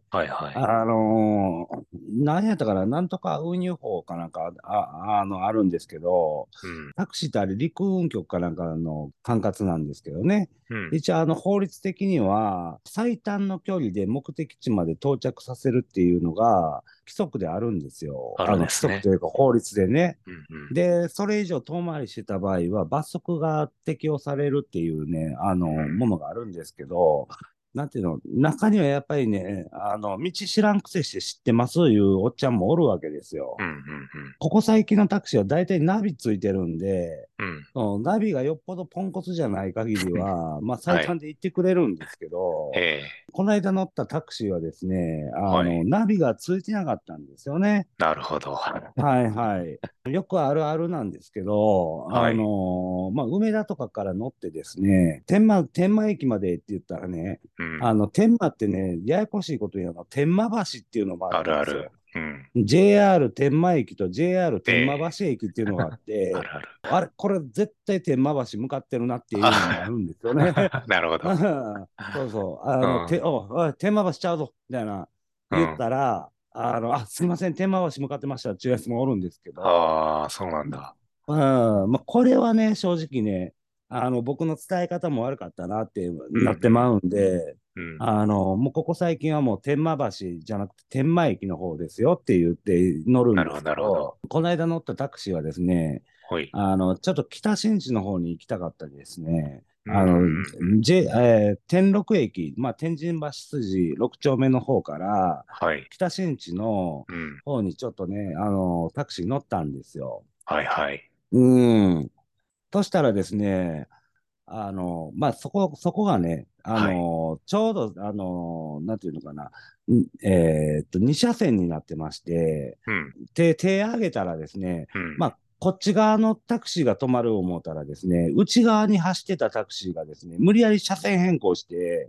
はいはい。 あのー、何やったかな、なんとか運輸法かなんか、あ、あの、あるんですけど、 うん。 タクシーってあれ陸運局かなんかの管轄なんですけどね。 うん。 一応、あの、法律的には、最短の距離で目的地まで到着させるっていうのが、規則であるんですよ。 あるんあの、規ですね。 則というか法律でね。 うんうん。 で、それ以上遠回りしてた場合は罰則が適用されるっていうね、あの、ものがあるんですけど、なんていうの、中にはやっぱりね、あの、道知らんくせして知ってますいうおっちゃんもおるわけですよ。 うんうんここ最近のタクシーは大体ナビついてるんで、 うん。うん。 うんナビがよっぽどポンコツじゃない限りは、まあ最はい。 短で行ってくれるんですけど、 ええ。 この間乗ったタクシーはですね、あの、 はい。 ナビがついてなかったんですよね。 なるほど。 はいはい。よくあるあるなんですけど、あはい。 のーまあ、梅田とかから乗ってですね、天満、天満駅までって言ったらね、 うん。 あの、天満ってね、ややこしいこと言うの、天満橋っていうのもああるんですよ。 るある。うん。 ジェイアール 天満駅と ジェイアール 天満ええ。 橋駅っていうのがあって、 あるある。 あれ、これ絶対天満橋向かってるなっていうのもああるんですよね。 なるほど。 そうそう。あの、 うん。 て、お、おい、天満橋ちゃうぞ、みたいな言っうん。 たら、あの、あ、すいません、天満橋向かってましたっていうやつもおるんですけど、 ああ、そうなんだ。 うん、まあ、これはね、正直ね、あの、僕の伝え方も悪かったなってうんなってまうんで、 うん。うん。 あの、もうここ最近はもう天満橋じゃなくて天満駅の方ですよって言って乗るんでなるほど、なるほど。 すけど、この間乗ったタクシーはですね、 ほい。 あの、ちょっと北新地の方に行きたかったですね。 うんあの、 うんうん。 J、えー天禄駅、まあ、天神橋筋ろく丁目の方から、 はい。 北新地のうん。 方にちょっとね、あの、タクシー乗ったんですよ。 はいはい。 うん。としたらですね、あの、まあ、そこ、そこがね、あはい。 の、ちょうど、あの、なんていうのかな、んえーっと、に車線になってまして、 うん。 手、手上げたらですね、 うん。 まあ、こっち側のタクシーが止まる思ったらですね、内側に走ってたタクシーがですね、無理やり車線変更して、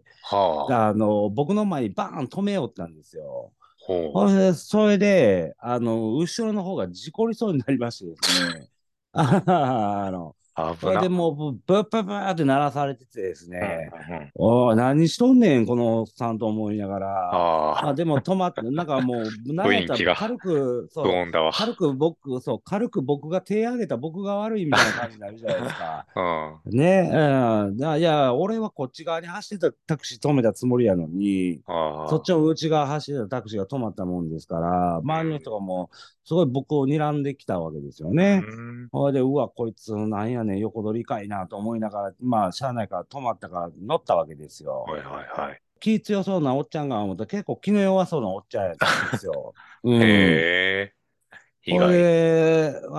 はあ。 あの、僕の前にバーン止めよったんですよ。 ほう。 それで、それで、あの、後ろの方が事故りそうになりましてですね、あの、それで危な。 もうブブッブッブーって鳴らされててですうんね、 うんうん。 おい、何しとんねん、このおっさんと思いながら、まあああ、 でも止まって、なんかもう、なんやったら雰囲気が軽く、 不そう、 穏だわ。 軽く僕、そう、軽く僕が手挙げた僕が悪いみたいな感じになるじゃないですか。 うん。 ね、うん、いや、いや俺はこっち側に走ってたタクシー止めたつもりやのに、そっああ、 ちの内側走ってたタクシーが止まったもんですから、周りの人がもう、すごい僕を睨んできたわけですようね。 ん。うん。 ほいで、うわ、こいつなんやねん、横取りかいなと思いながら、まあ、車内から止まったから乗ったわけですよ。 はいはいはい。 気強そうなおっちゃんが思ったら結構気の弱そうなおっちゃんやったんですよ。うへん。 え、意ほい外。 で、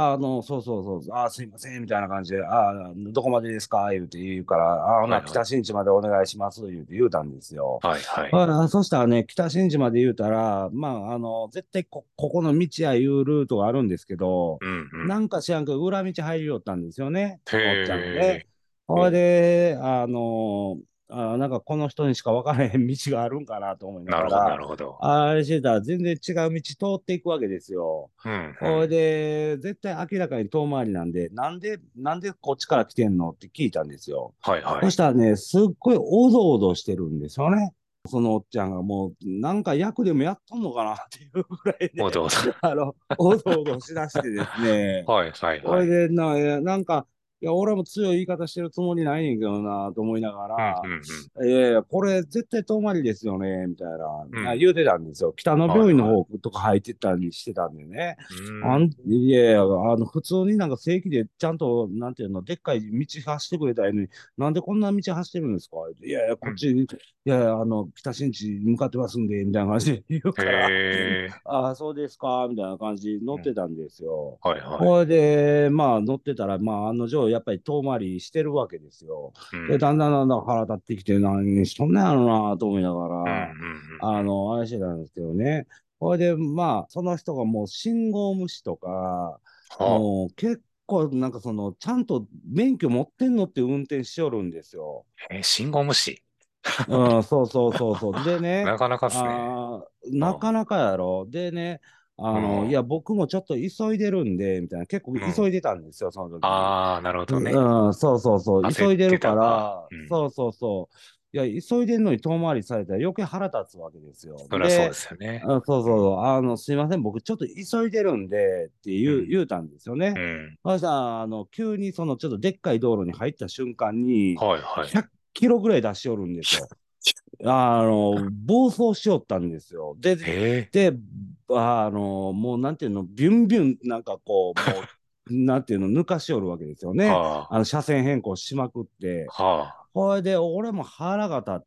あの、そうそうそう、あー、すいません、みたいな感じで、あー、どこまでですか言うて言うから、あー、ほな、 はいはい。 北新地までお願いします、言うて言うたんですよ。 はいはい。 あー、そしたらね、北新地まで言うたら、まあ、あの、絶対こ、ここの道やいうルートがあるんですけど、 うんうん。 なんか知らんけど、裏道入りよったんですよね、 へそのおっちゃんがね。 え。 ほいお、 で、あのあー、なんかこの人にしか分からへん道があるんかなと思いななるほどながら、 るほど。 あれしてたら全然違う道通っていくわけですよ。 うんうほいん。 で、絶対明らかに遠回りなんで、なんで、なんでこっちから来てんのって聞いたんですよ。 はいはい。 そしたらね、すっごいおどおどしてるんですよね。そのおっちゃんがもう、なんか役でもやっとんのかなっていうぐらいね、 おどおど。 あの、おどおどしだしてですね。 はいはいはい。 おいで、な、いやなんか、いや、俺も強い言い方してるつもりないねんけどな、と思いながうんうんら、いやいや、これ絶対遠回りですよね、みたいうん。うな、あん。 言うてたんですよ。北野病院のはいは方とか入ってたりしてたんでね。 い。うーん。 あん、いやいや、あの、普通になんか正規でちゃんと、なんていうの、でっかい道走ってくれたらいいのに、なんでこんな道走ってるんですかいやいや、 うん。 こっち、いやいや、あの、北新地向かってますんで、みたいな感じで言うへから、 え。 ああ、そうですか、みたいな感じで乗うん。 ってたんですよ。 はいはい。 ほいで、まあ乗ってたら、まあ案の定、やっぱり遠回りしてるわけですよ。で、 うん。 だんだんだんだん腹立ってきて、何しとんねやろなと思いながうんうんうら、あんの、あれしてたんですけどね。ほいで、まあ、その人がもう信号無視とか、 うん。はもう結構なんかその、ちゃんと免許持ってんのって運転しよるんですよ。 あ。え、信号無視。 うん、そうそうそうそう。でね、 なかなかっすね。 あーうん。 なかなかやろ。でね、あの、いうん。 や、僕もちょっと急いでるんで、みたいな、結構うん。 急いでたんですよ、その時。 ああ、なるほどね。 うん、そうそうそう、 焦って急いでるかたか。 ら、 うん。 そうそうそう。いや、急いでんのに遠回りされたら余計腹立つわけですよ。 そりゃそうでで、 すよね。 あそううん。 そう、あの、すいません、僕ちょっと急いでるんでって言う、 うん。 言うたんですよね。 うん。 そしたら、あの、急にそのちょっとでっかい道路に入った瞬間に、 はいはい。 ひゃっキロぐらい出しよるんですよ。あの、暴走しよったんですよ。で、 へえ。 で、あの、もうなんていうの、ビュンビュン、なんかこう、もう、なんていうの、抜かしよるわけですよね。 はあの、車線変更しまくって。 あ。はほいで、俺も腹が立って、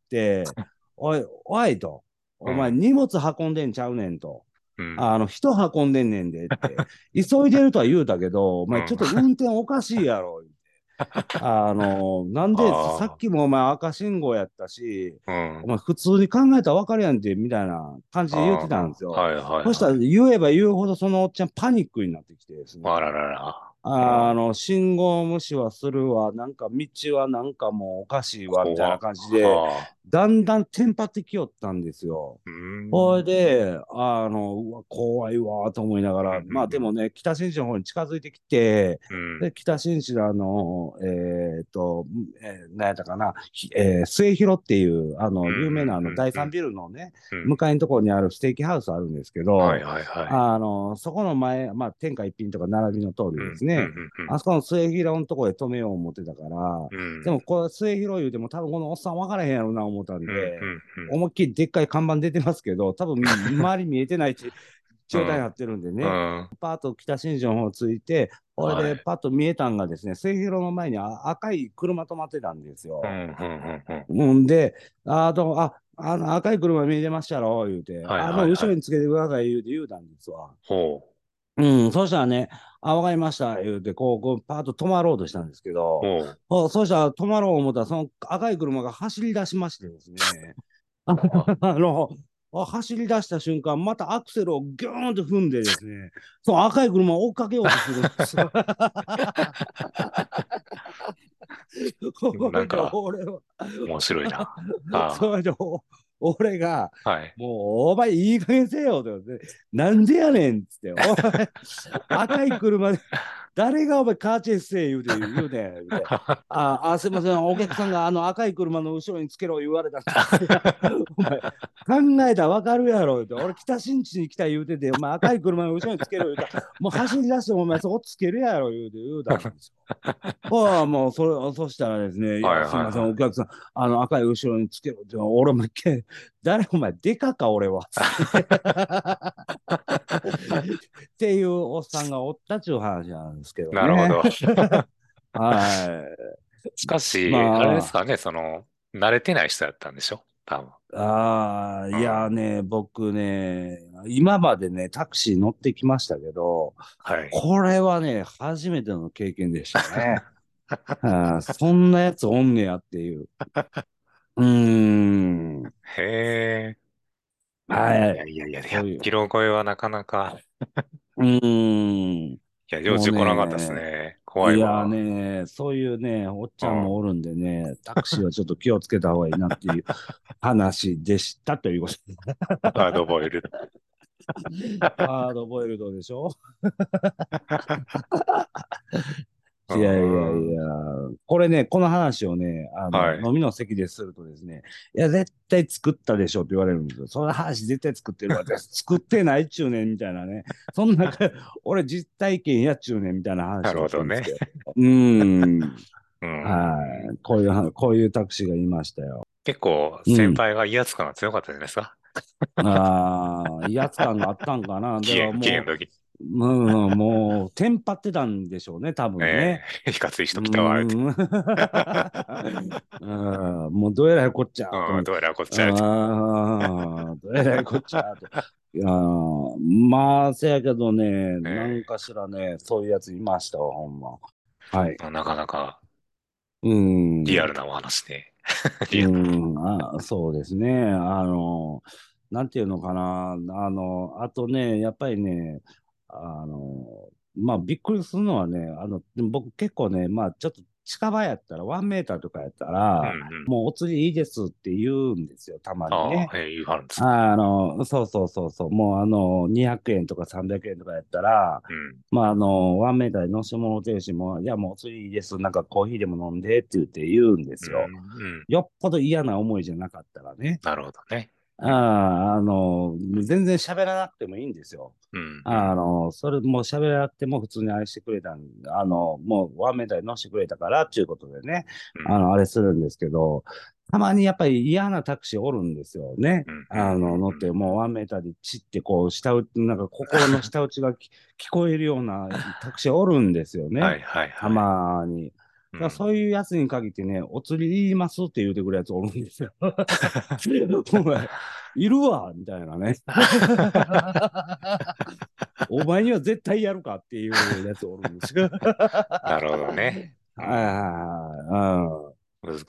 おい、おいと、 あ。うお前ん。 荷物運んでんちゃうねんと。 うん。 あの、人運んでんねんでって。急いでるとは言うたけど、おうん。 前ちょっと運転おかしいやろ。あの、なんで、さっあきもお前赤信号やったし、 あ。うん。 お前普通に考えたらわかるやんけ、みたいな感じで言ってたんでああ。 すよ。 はいはいそしたらはい。 言えば言うほどそのおっちゃんパニックになってきてですね。 あららら。うん。 あの、信号無視はするわ、なんか道はなんかもうおかしいわ、みたい怖っ。 な感じで、 はあ。 だんだんテンパってきよったんですよ。 うーほいん。 で、あの、うわ、怖いわと思いながうんら、まあでうんもね、北新地の方に近づいてきて、 うん。うん。 で、北新地のあの、えーっと、えー、何やったかな、ひえー末広っていう、あの、 うん有名なあの、 うんうん第三ビルのね、 うん。 向かいのところにあるステーキハウスあるんですけはいど、 はいはい。 あの、そこの前、まあ、天下一品とか並びの通りうんうんですね、 うんあそこの末広のところで止めよう思ってたから、 うん。うん。 でも、これ末広言うても多分このおっさん分からへんやろうな思ったんうんうんで、 うん思いっきりでっかい看板出てますけど、多分周り見えてないし状態になってるんでうね、 ん。 パーッと北新地の方ついて、これはい。 でパッと見えたんがですね、末広の前にあ赤い車止まってたんですよ。 うんうんうんうん。 うんで、あと、あ、あの赤い車見えてましたろ、言うて、 はいあのはいはい。 後ろにつけてください、言うて言うたんですわ。 ほう。 うん、そしたらね、あ、わかりました、言うて、こう、こうパーッと止まろうとしたんですけど、 ほう。 ほそうしたら止まろう思ったら、その赤い車が走り出しましてですね、ああ、 の、あ走り出した瞬間、またアクセルをギューンと踏んでですね、その赤い車を追っかけようとするんですよ。これでなんか、 俺は、 面白いな。あそれでお俺が、 あ。はい。 もう、お前いい加減せよって言って、なんでやねんっつって、お前、赤い車で、誰がお前カーチェイスせえ言うて言うねん、言うて。ああ、すいません、お客さんがあの赤い車の後ろにつけろ言われたんです。いや、お前、考えたらわかるやろ、言うて。俺、北新地に来た言うてて、お前赤い車の後ろにつけろ言うたら、もう走り出してもお前そこつけるやろ、言うて言うたんですよ。ああ、もう、それ、そしたらですね、いはいや、すいません、おはいはい。 客さん、あの、赤い後ろにつけろって、俺も、け誰、お前、でかか、俺は、つって。っていうおっさんがおったっちゅう話なんですけどね。 なるほど。 はしかい。 し、あれですまあ、 かね、その、慣れてない人だったんでしょ？ 多分。 ああ、いやうん。 ね、僕ね、今までね、タクシー乗ってきましたけど、 はい。 これはね、初めての経験でしたね。あーそんなやつおんねやっていう。うーん。 へえ。いはい。 やいやいや、100 そういう。 キロ超えはなかなか。 うーん。 いや、ようもう事故なかったですね、 ね。怖いやいわ。 ね、そういうね、おっちゃんもおうん。 るんでね、タクシーはちょっと気をつけた方がいいなっていう話でしたということで。 ハードボイルド。 ハードボイルドでしょ。 ういやいやいん。 や、これね、この話をね、あの、 はい。 飲みの席でするとですね、いや、絶対作ったでしょって言われるんですよ。その話絶対作ってるわ。私作ってないっちゅうねんみたいなね。そんなか、俺実体験やっちゅうねんみたいなな話をるほどね。 するんですけど。うーん。 うん。 はい。こういうは、こういうタクシーがいましたよ。 結構、 うん。 先輩が威圧感が強かったじゃないですか。 ああ、威圧感があったんかな。だ期限、期限からもの時。 う、うん、もう、テンパってたんでしょうね、多分えね。 えいかついうー人来たわ、って。 ん。うん、もうどえらいこっちゃとうん、 思って、 どうやらこっちゃれて。 ああ、どえらいこっちゃと。いやーまあ、せやけどね、なんえかしらね、そういうやついましたわ、ほんま。はい。 えなかなかうん、 リアルなお話で。 うリアル。 ん、あ、そうですね。あの、なんていうのかな。あの、あとね、やっぱりね、あの、まあ、びっくりするのはね、あの、僕結構ね、まあ、ちょっと近場やったら、ワンメーターとかやったうんうら、 ん。 もうお釣りいいですって言うんですよ、たまにああ、 ね。 ええ言うはるんですか。 あの、そうそうそうそう、もうあの、にひゃくえんとかさんびゃくえんとかやったら、 うん。 まああの、ワンメーターに乗せてもらってるし、もう、いやもうお釣りいいです、なんかコーヒーでも飲んでって言って言うんでうすよ。 ん。うん。 よっぽど嫌な思いじゃなかったらね。 なるほどね。 あうん。 あ、あの、全然喋らなくてもいいんですよ。 うん。うん。 あの、それもう喋らなくても普通に愛してくれたん、あの、もうワンメーターに乗せてくれたからっていうことでね、 うん。 あの、あれするんですけど、たまにやっぱり嫌なタクシーおるんですよね。 うん。うん。 あの、乗ってもうワンメーターでチってこう、下打ち、なんか心の下打ちがき聞こえるようなタクシーおるんですよね。 はいはいたはい。 まに。だからそうん。 ういうやつに限ってね、お釣りいりますって言うてくるやつおるんですよ。お前、いるわみたいなね。お前には絶対やるかっていうやつおるんですよ。 なるほどね。うん。 はい。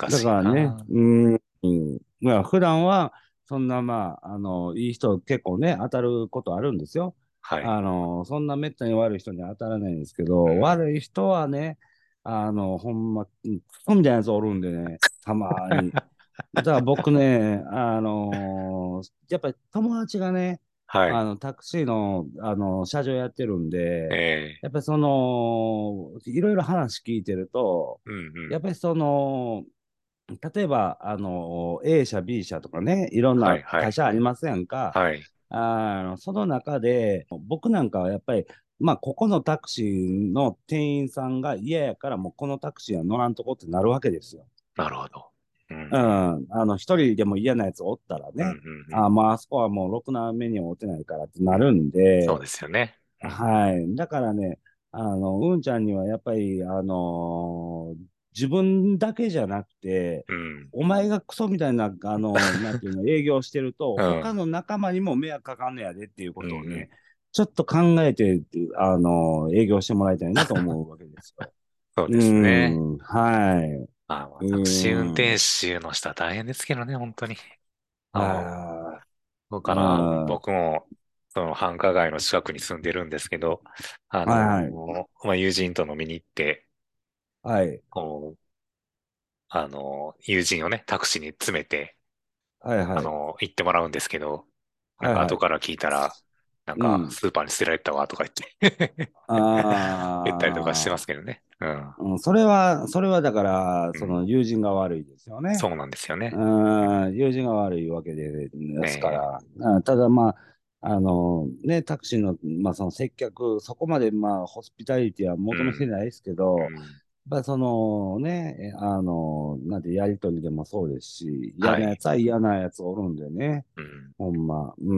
だ難しいからね、 な。 うん、うん。まあ、普段は、そんな、まあ、あの、いい人結構ね、当たることあるんですよ。 はい。 あの、そんなめったに悪い人には当たらないんですけど、 うん。 悪い人はね、あの、ほんま、うんクソみたいなやつおるんでね、たまに。だから僕ね、あのーやっぱり友達がね、 はい。 あの、タクシーの、あの、車上やってるんで、 ええやっぱりその、いろいろ話聞いてると、 うんうん。 やっぱりその、例えば、あの、A 社、B 社とかね、いろんなはいはい。 会社ありませんか。 はい。 あの、その中で、僕なんかはやっぱり、まあ、ここのタクシーの店員さんが嫌やから、もうこのタクシーは乗らんとこってなるわけですよ。 なるほど。うんううん。 ん。 あの、一人でも嫌なやつおったらうんうね、あ、 んうん。 まあ、あそこはもうろくな目にも合ってないからってなるうんんそうで、 ですよね。うん。 はい。だからね、あの、うんちゃんにはやっぱり、あのー自分だけじゃなくて、 うん。 お前がクソみたいな、あの、なんていうの、営業してると、 うん。 他の仲間にも迷惑かかんのやでっていうこうんうとをね、 ん。 ちょっと考えて、あの、営業してもらいたいなと思うわけですよ。うーそうですね。 ん、はい。 まあ、まあうタクシー運転ーん、 手の人は大変ですけどね、本当に。ああ、 あそうあ、 かな。 うん、 僕も、その繁華街の近くに住んでるんですけど、あはいはい、 のまあ、友人と飲みに行って、 はい、 こう、あの友人をね、タクシーに詰めて、 はいはい、 あの行ってもらうんですけど、なんはいはい、 か後から聞いたら、なんうん。 かスーパーに捨てられたわとか言って言ったりとかしてまああ、 すけどね。うん。 うん、それは、それはだから、そのうん。 友人が悪いですよね。 そうなんですよね。 うん、友人が悪いわけでですかえら。うんただまあ、あのね、タクシーの、まあ、その接客、そこまでまあ、ホスピタリティはえう求めてん。 ないですけど、 うん。 やっぱりそのね、えあの、なんてやりとりでもそうですし、嫌はい。 なやつは嫌なやつおるんでね。 うん。 ほんま。うん。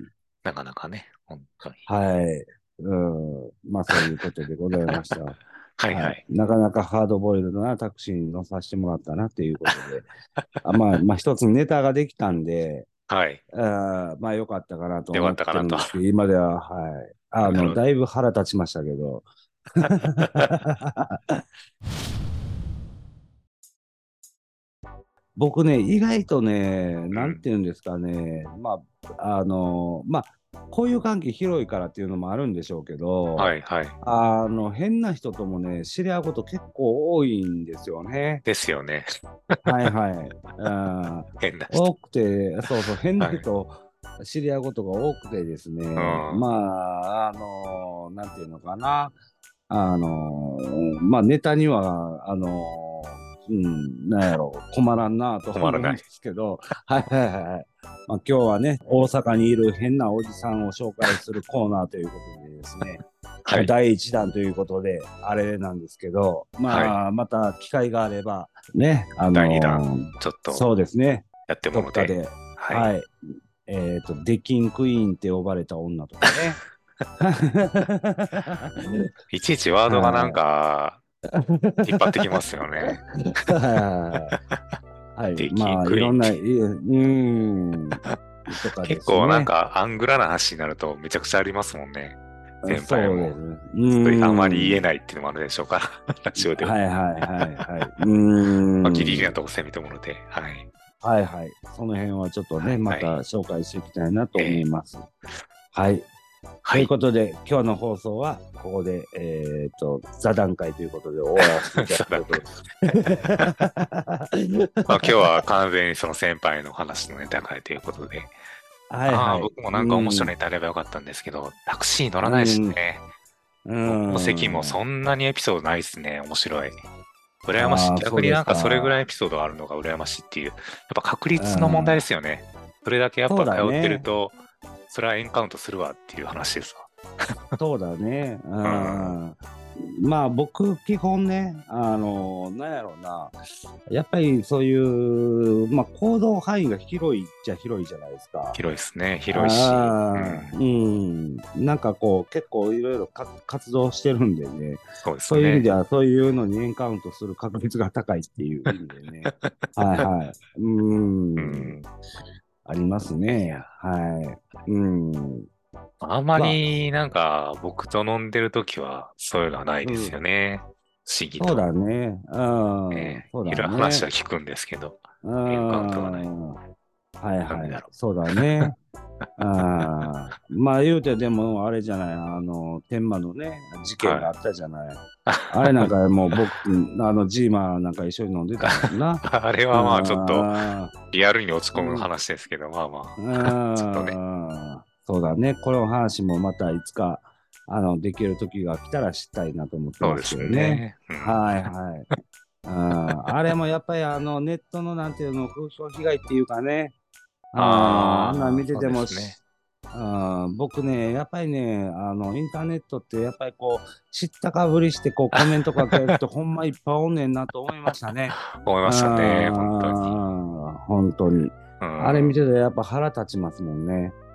なかなかね、本当に。 はい。うん。まあそういうことでございました。 はい。 はいはい。 なかなかハードボイルドなタクシーに乗させてもらったなっていうことで、あまあ、まあ一つネタができたんで、 はい。 あーまあ良かったかなとよか思っったかなと。 てるんですけど、今では、はい。あの、 なるほど。 だいぶ腹立ちましたけど。僕ね、意外とね、 うん。 なんていうんですかね、まあ、あの、まあ、交友関係広いからっていうのもあるんでしょうけど、 はいはい。 あの、変な人ともね、知り合うこと結構多いんですよね。 ですよね。 はいはい。あー変な人。 多くて、そうそう、変なはい。 人知り合うことが多くてですうね、まん。 あ、あの、なんていうのかな、あの、まあ、ネタには、あの、うん、なんやろ、困らんなと困らない。 思うんですけど、はいはいはいはい。まあ、今日はね、大阪にいる変なおじさんを紹介するコーナーということでですね、まあ、 はい。 だいいちだんということで、あれなんですけど、 はい。 まあ、また機会があれば、ね、あだいにだん、 のーちょっとそうですね、 やってもので。 どっかで、 はい。 はい、えっと、デキンクイーンって呼ばれた女とかね。 いちいちワードがなんはか、引っ張ってきますよい。 ね。 はい。はい。 できまあ、いクイーンって。 ろんな、い、うーん、とかで結構なんすね。 かアングラな話になるとめちゃくちゃありますもんね。先輩も。 そうです。うちょっとあまりーん。 言えないっていうのもあるでしょうから、ラジオでは。 はいはいはいはい。うーまあ、ギリギリなん。 とこ攻めてもので、はい。 はいはい。その辺はちょっとね、 はい、 またはい。 紹介していきたいなとえー、 思います。はい。というはい。 ことで、今日の放送はここで、えっと、座談会ということで終わらせていただそうなんか。 くということで。 まあ、今日は完全にその先輩の話のネタ会ということで、ああ、 はいはい。 僕もなんか面白いうん。 ネタあればよかったんですけど、タクシー乗らないしうん。 ね。 う僕の席もん。 そんなにエピソードないですね。面白い。羨ましい。 ああ、そうです逆になんかそれぐらいエか。 ピソードがあるのが羨ましいっていう。やっぱ確う率の問題でん。 すよね。それだけやっそうぱ通ってるだね。 と、それはエンカウントするわっていう話ですわ。 そうだね。ううん。 ん。まあ僕、基本ね、あの、なんやろうな。やっぱりそういう、まあ行動範囲が広いっちゃ広いじゃないですか。 広いですね。広いし。うああ、 ん。 うん。なんかこう、結構いろいろか活動してるんでね。 そうですね。 そういう意味では、そういうのにエンカウントする確率が高いっていう意味でね。はいはい。うーん。 うん。 ありますいや、 ね。はい。うん。 あんままあ、 りなんか僕と飲んでるときはそういうのはないですようん。 ね。不思議そうと。 だね。うん。 えそうーいろいろ話だね。 は聞くんですけど、 うエンカウントはない。 ん。はいはい。 なんでだろそうだね。ああ、まあ言うてでもあれじゃない、あの、天満のね、事う。はい。 件があったじゃない。あれなんかもう僕、あの、ジーマなんか一緒に飲んでたもんな。 あれはまあちょっとああ、 リアルに落ち込むうん、 話ですけど、まあまあ、ちょっとね。 ああ、そうだね。この話もまたいつか、あの、できる時が来たらしたいなと思ってますけそうですどね。 ね。うん。 はいはい。あーあれもやっぱりあの、ネットのなんていうの、風評被害っていうかね、あーあんなんああ、そう見ててもですね。 し、あー僕ね、やっぱりね、あの、インターネットってやっぱりこう、知ったかぶりしてこうコメントかける人ほんまいっぱいおんねんなと思いましたね。 思いましたね。 あ本当に。 あ、本当に。 うん。うんあれ見ててやっぱ腹立ちますもんね。 うん。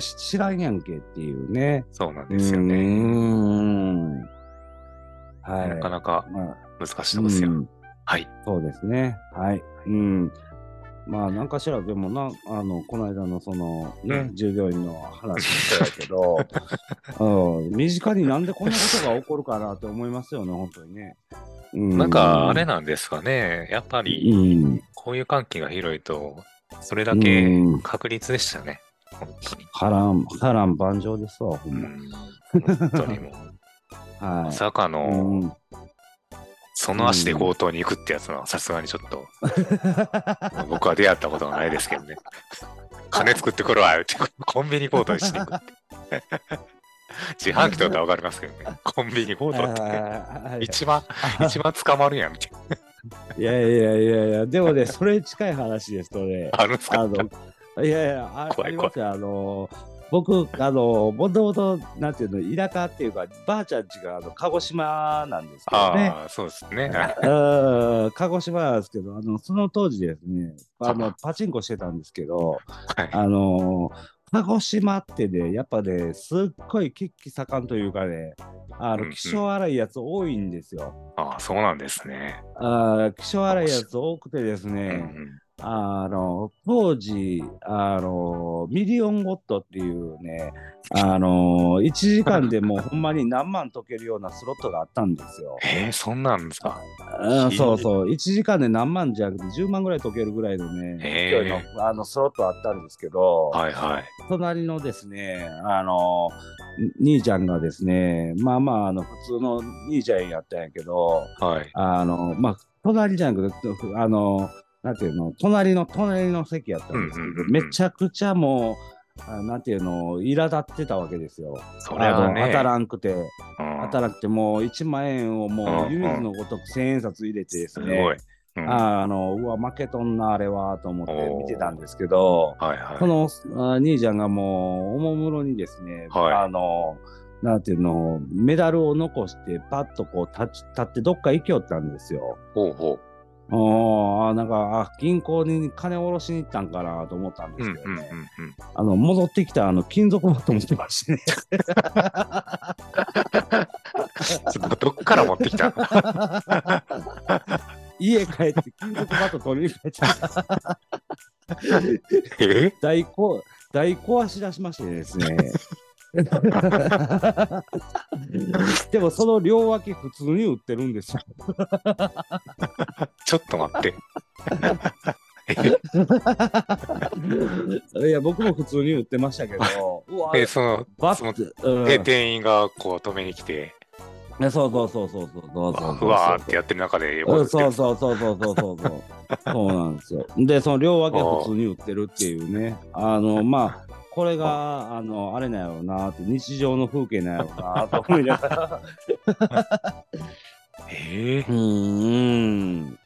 お前知らんやんけっていうね。うーそうなんですよね。 ん。はなかなかい。まあ、 難しいとこですよ。 うん。 はい。 そうですね。はい。うん。まあ、なんかしらでもな、あの、この間のそのね、 うん。 従業員の話もそうやけど、うん、身近になんでこんなことが起こるかなって思いますよね、本当にね。うなんか、あん。 れなんですかね。やっぱうり、 ん。 こういう関係が広いと、それだうけん。 確率でしたね。本当に。 波乱、波乱万丈ですわ、ほんま。 うん。本当にもう。まはさかい。うの、 ん。 そうの足で強ん。 盗に行くってやつはさすがにちょっと、僕は出会ったことがないですけどね。金作ってくるわって、コンビニ強盗にしに行くって。自販機とかだったらわかりますけどね。コンビニ強盗って一番、一番捕まるやんみたいいやいやいやいや、でもね、それに近い話ですとね、 な。あるんすか？ あの、いやいや、あ、あ怖い怖い。 りますよ。あの、僕、あの、もともと、なんていうの、田舎っていうか、ばあちゃん家があの鹿児島なんですけどね。 ああ、そうですね。 あ鹿児島なんですけど、あの、その当時ですね、あの、 はパチンコしてたんですけど、あい。 の、鹿児島ってね、やっぱね、すっごい血気盛んというかね、 あの、 うんうん気性荒いやつ多いんですよ。 ああ、そうなんですね。 あー気性荒いやつ多くてですうんうね、 ん。 あの、当時、あの、ミリオンゴットっていうね、あの、いちじかんでもうほんまに何万解けるようなスロットがあったんですよ。 えー、そんなんですか。 うん、そうう。 そう、いちじかんで何万じゃなくてじゅうまんぐらい解けるぐらいのね、勢いのえあのスロットあったんですけど、 ー、はいはい。 隣のですね、あの、兄ちゃんがですね、まあまあ、あの、普通の兄ちゃんやったんやけど、 はい。 あの、まあ、隣じゃなくて、あの、なんていうの、隣の隣の席やったうんうんんですけど、 うんうん。 めちゃくちゃもう、あなんていうの、苛立ってたわけですよ。 そりあの、当たゃあね。 らんくて、 うん。 当たらなくて、もういちまん円をうもう湯水んうん。 のごとく千円札入れてですすごい。 ね、 うん。 ああの、うわ、負けとんな、あれは、と思って見てたおー。 んですけど、 はいはい。 そのあ兄ちゃんがもう、おもむろにですね、 はい。 あの、なんていうの、メダルを残して、パッとこう立ち、立ってどっか行きよったんですよ。 ほうほおー、なんか、あ、銀行に金下ろしに行ったんかなと思ったんでう。うんうんうんすけどね。 うん。 あの、戻ってきたあの金属バット持ってましてね。 ちょっとどっから持ってきた家帰って金属バット取りに帰っちゃった。 え大こ大壊し出しましてですね。でもその両脇普通に売ってるんですよ。 ちょっと待って。 いや、僕も普通に売ってましたけど、うわ、 え、その、その、 バッて、うん、 で店員がこう止めに来て、 ねそうそうそうそうそうそうそうふわーってやってる中で横うんで売ってるそうそうそうそうそうそうそうそうなんですよ。で、その両脇は普通に売ってるっていうね、あの、まあ、これが、あの、あれなんやろうなって、日常の風景なんやろうなと思いながら。 えうーん。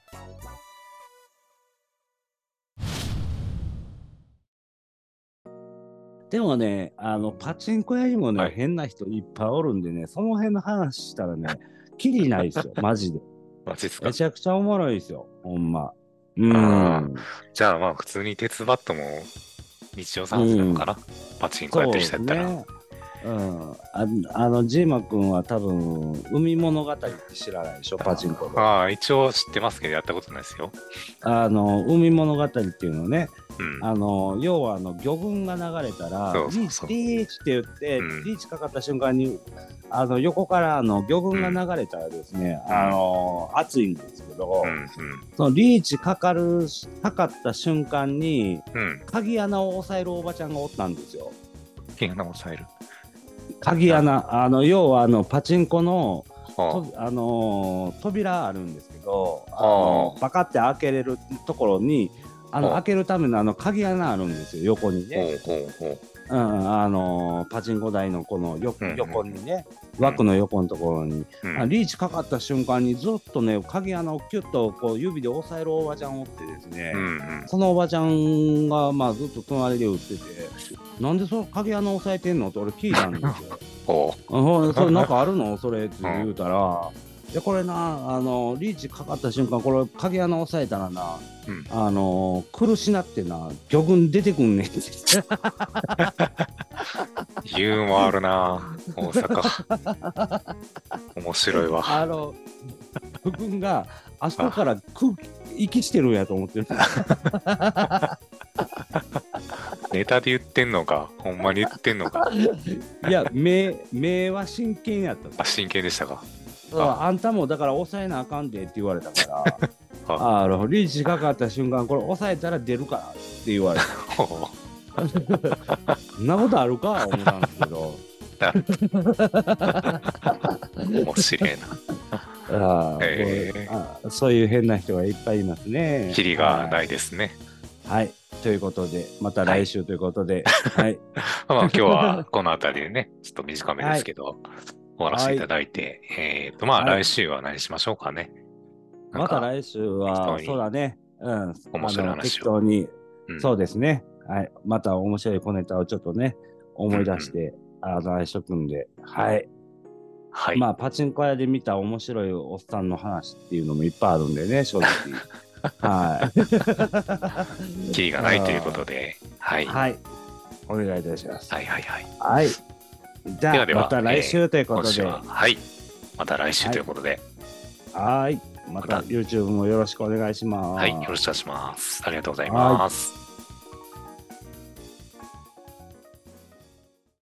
でもね、あの、パチンコ屋にもね、 はい変な人いっぱいおるんでね、その辺の話したらね、きりないですよ、マジで。 マジっすか。 めちゃくちゃおもろいですよ、ほんま。うーああ、 ん。 じゃあまあ普通に鉄バットも日常茶飯事なうん。 のかな。パチンコやってるそうで人やったら。 すね。うん。あ、あの、ジーマ君は多分、海物語って知らないでしょ、パチンコで。 ああ、一応知ってますけどやったことないですよ。 あの、海物語っていうのね、 うん。 あの、要はあの、魚群が流れたら、 そうそうそう。 リーチ、リーチって言って、 うんリーチかかった瞬間に、あの、横からあの魚群が流れたらですね、 うんあの、熱いんですけど、 うんそのリーチかかる、かかった瞬間に、 うん。うん。 鍵穴を押さえるおばちゃんがおったんですよ。 金穴を抑える。 鍵穴、あの、要はあの、パチンコの、 はとあのー扉あるんですけど、ああのあパカって開けれるところに、あのはあ開けるためのあの鍵穴あるんですよ、横にあ。 ね。 ほうほうほう。 うん、あのーパチンコ台のこのよ、 うんうん横にね、枠の横のところに、 うんあリーチかかった瞬間にずっとね、鍵穴をキュッとこう指で押さえるおばちゃんおってですね、 うんうん。 そのおばちゃんが、まあ、ずっと隣で打ってて、なんでその鍵穴押さえてんのって俺聞いたんですよ。 ほあほそれなんかあるのそれって言うたら、いやこれな、あのリーチかかった瞬間、これ鍵穴押さえたらな、 う。うん。 あの苦しなってな、魚群出てくんねんってユーモアあるな大阪。面白いわ。 あの魚群があそこから空気息してるんやと思ってる。 ネタで言ってんのか、ほんまに言ってんのか。 いや、目、目は真剣やったあ、真剣でしたか。 ああんたもだから抑えなあかんでって言われたからああのリーチかかった瞬間これ抑えたら出るからって言われてほそんなことあるか思ったんですけどう面白いな。 ああ、 へえこうあそういう変な人がいっぱいいますね。 キリがないですね。 はい、はい、ということでまた来週ということで、はい、 まあ今日はこの辺りでね、ちょっと短めですけど、終わらせていただいて、えっとまあはい来週は何しましょうかね。なんかまた来週は適当にそうだね、うん、 面白い話をあの適当に、 うんそうですね、はい、また面白い小ネタをちょっとね思い出して、あの来週組んで、はい。 はい。 まあパチンコ屋で見た面白いおっさんの話っていうのもいっぱいあるんでね、正直。はい。キリがないということで、はい。 はい。お願いいたします。 はいはいはい。 はい。 じゃあ、 ではではまた来週ということで。 今週は、はい。また来週ということで。 はい。またまた YouTube もよろしくお願いします。 はい。よろしくお願いします。ありがとうございます。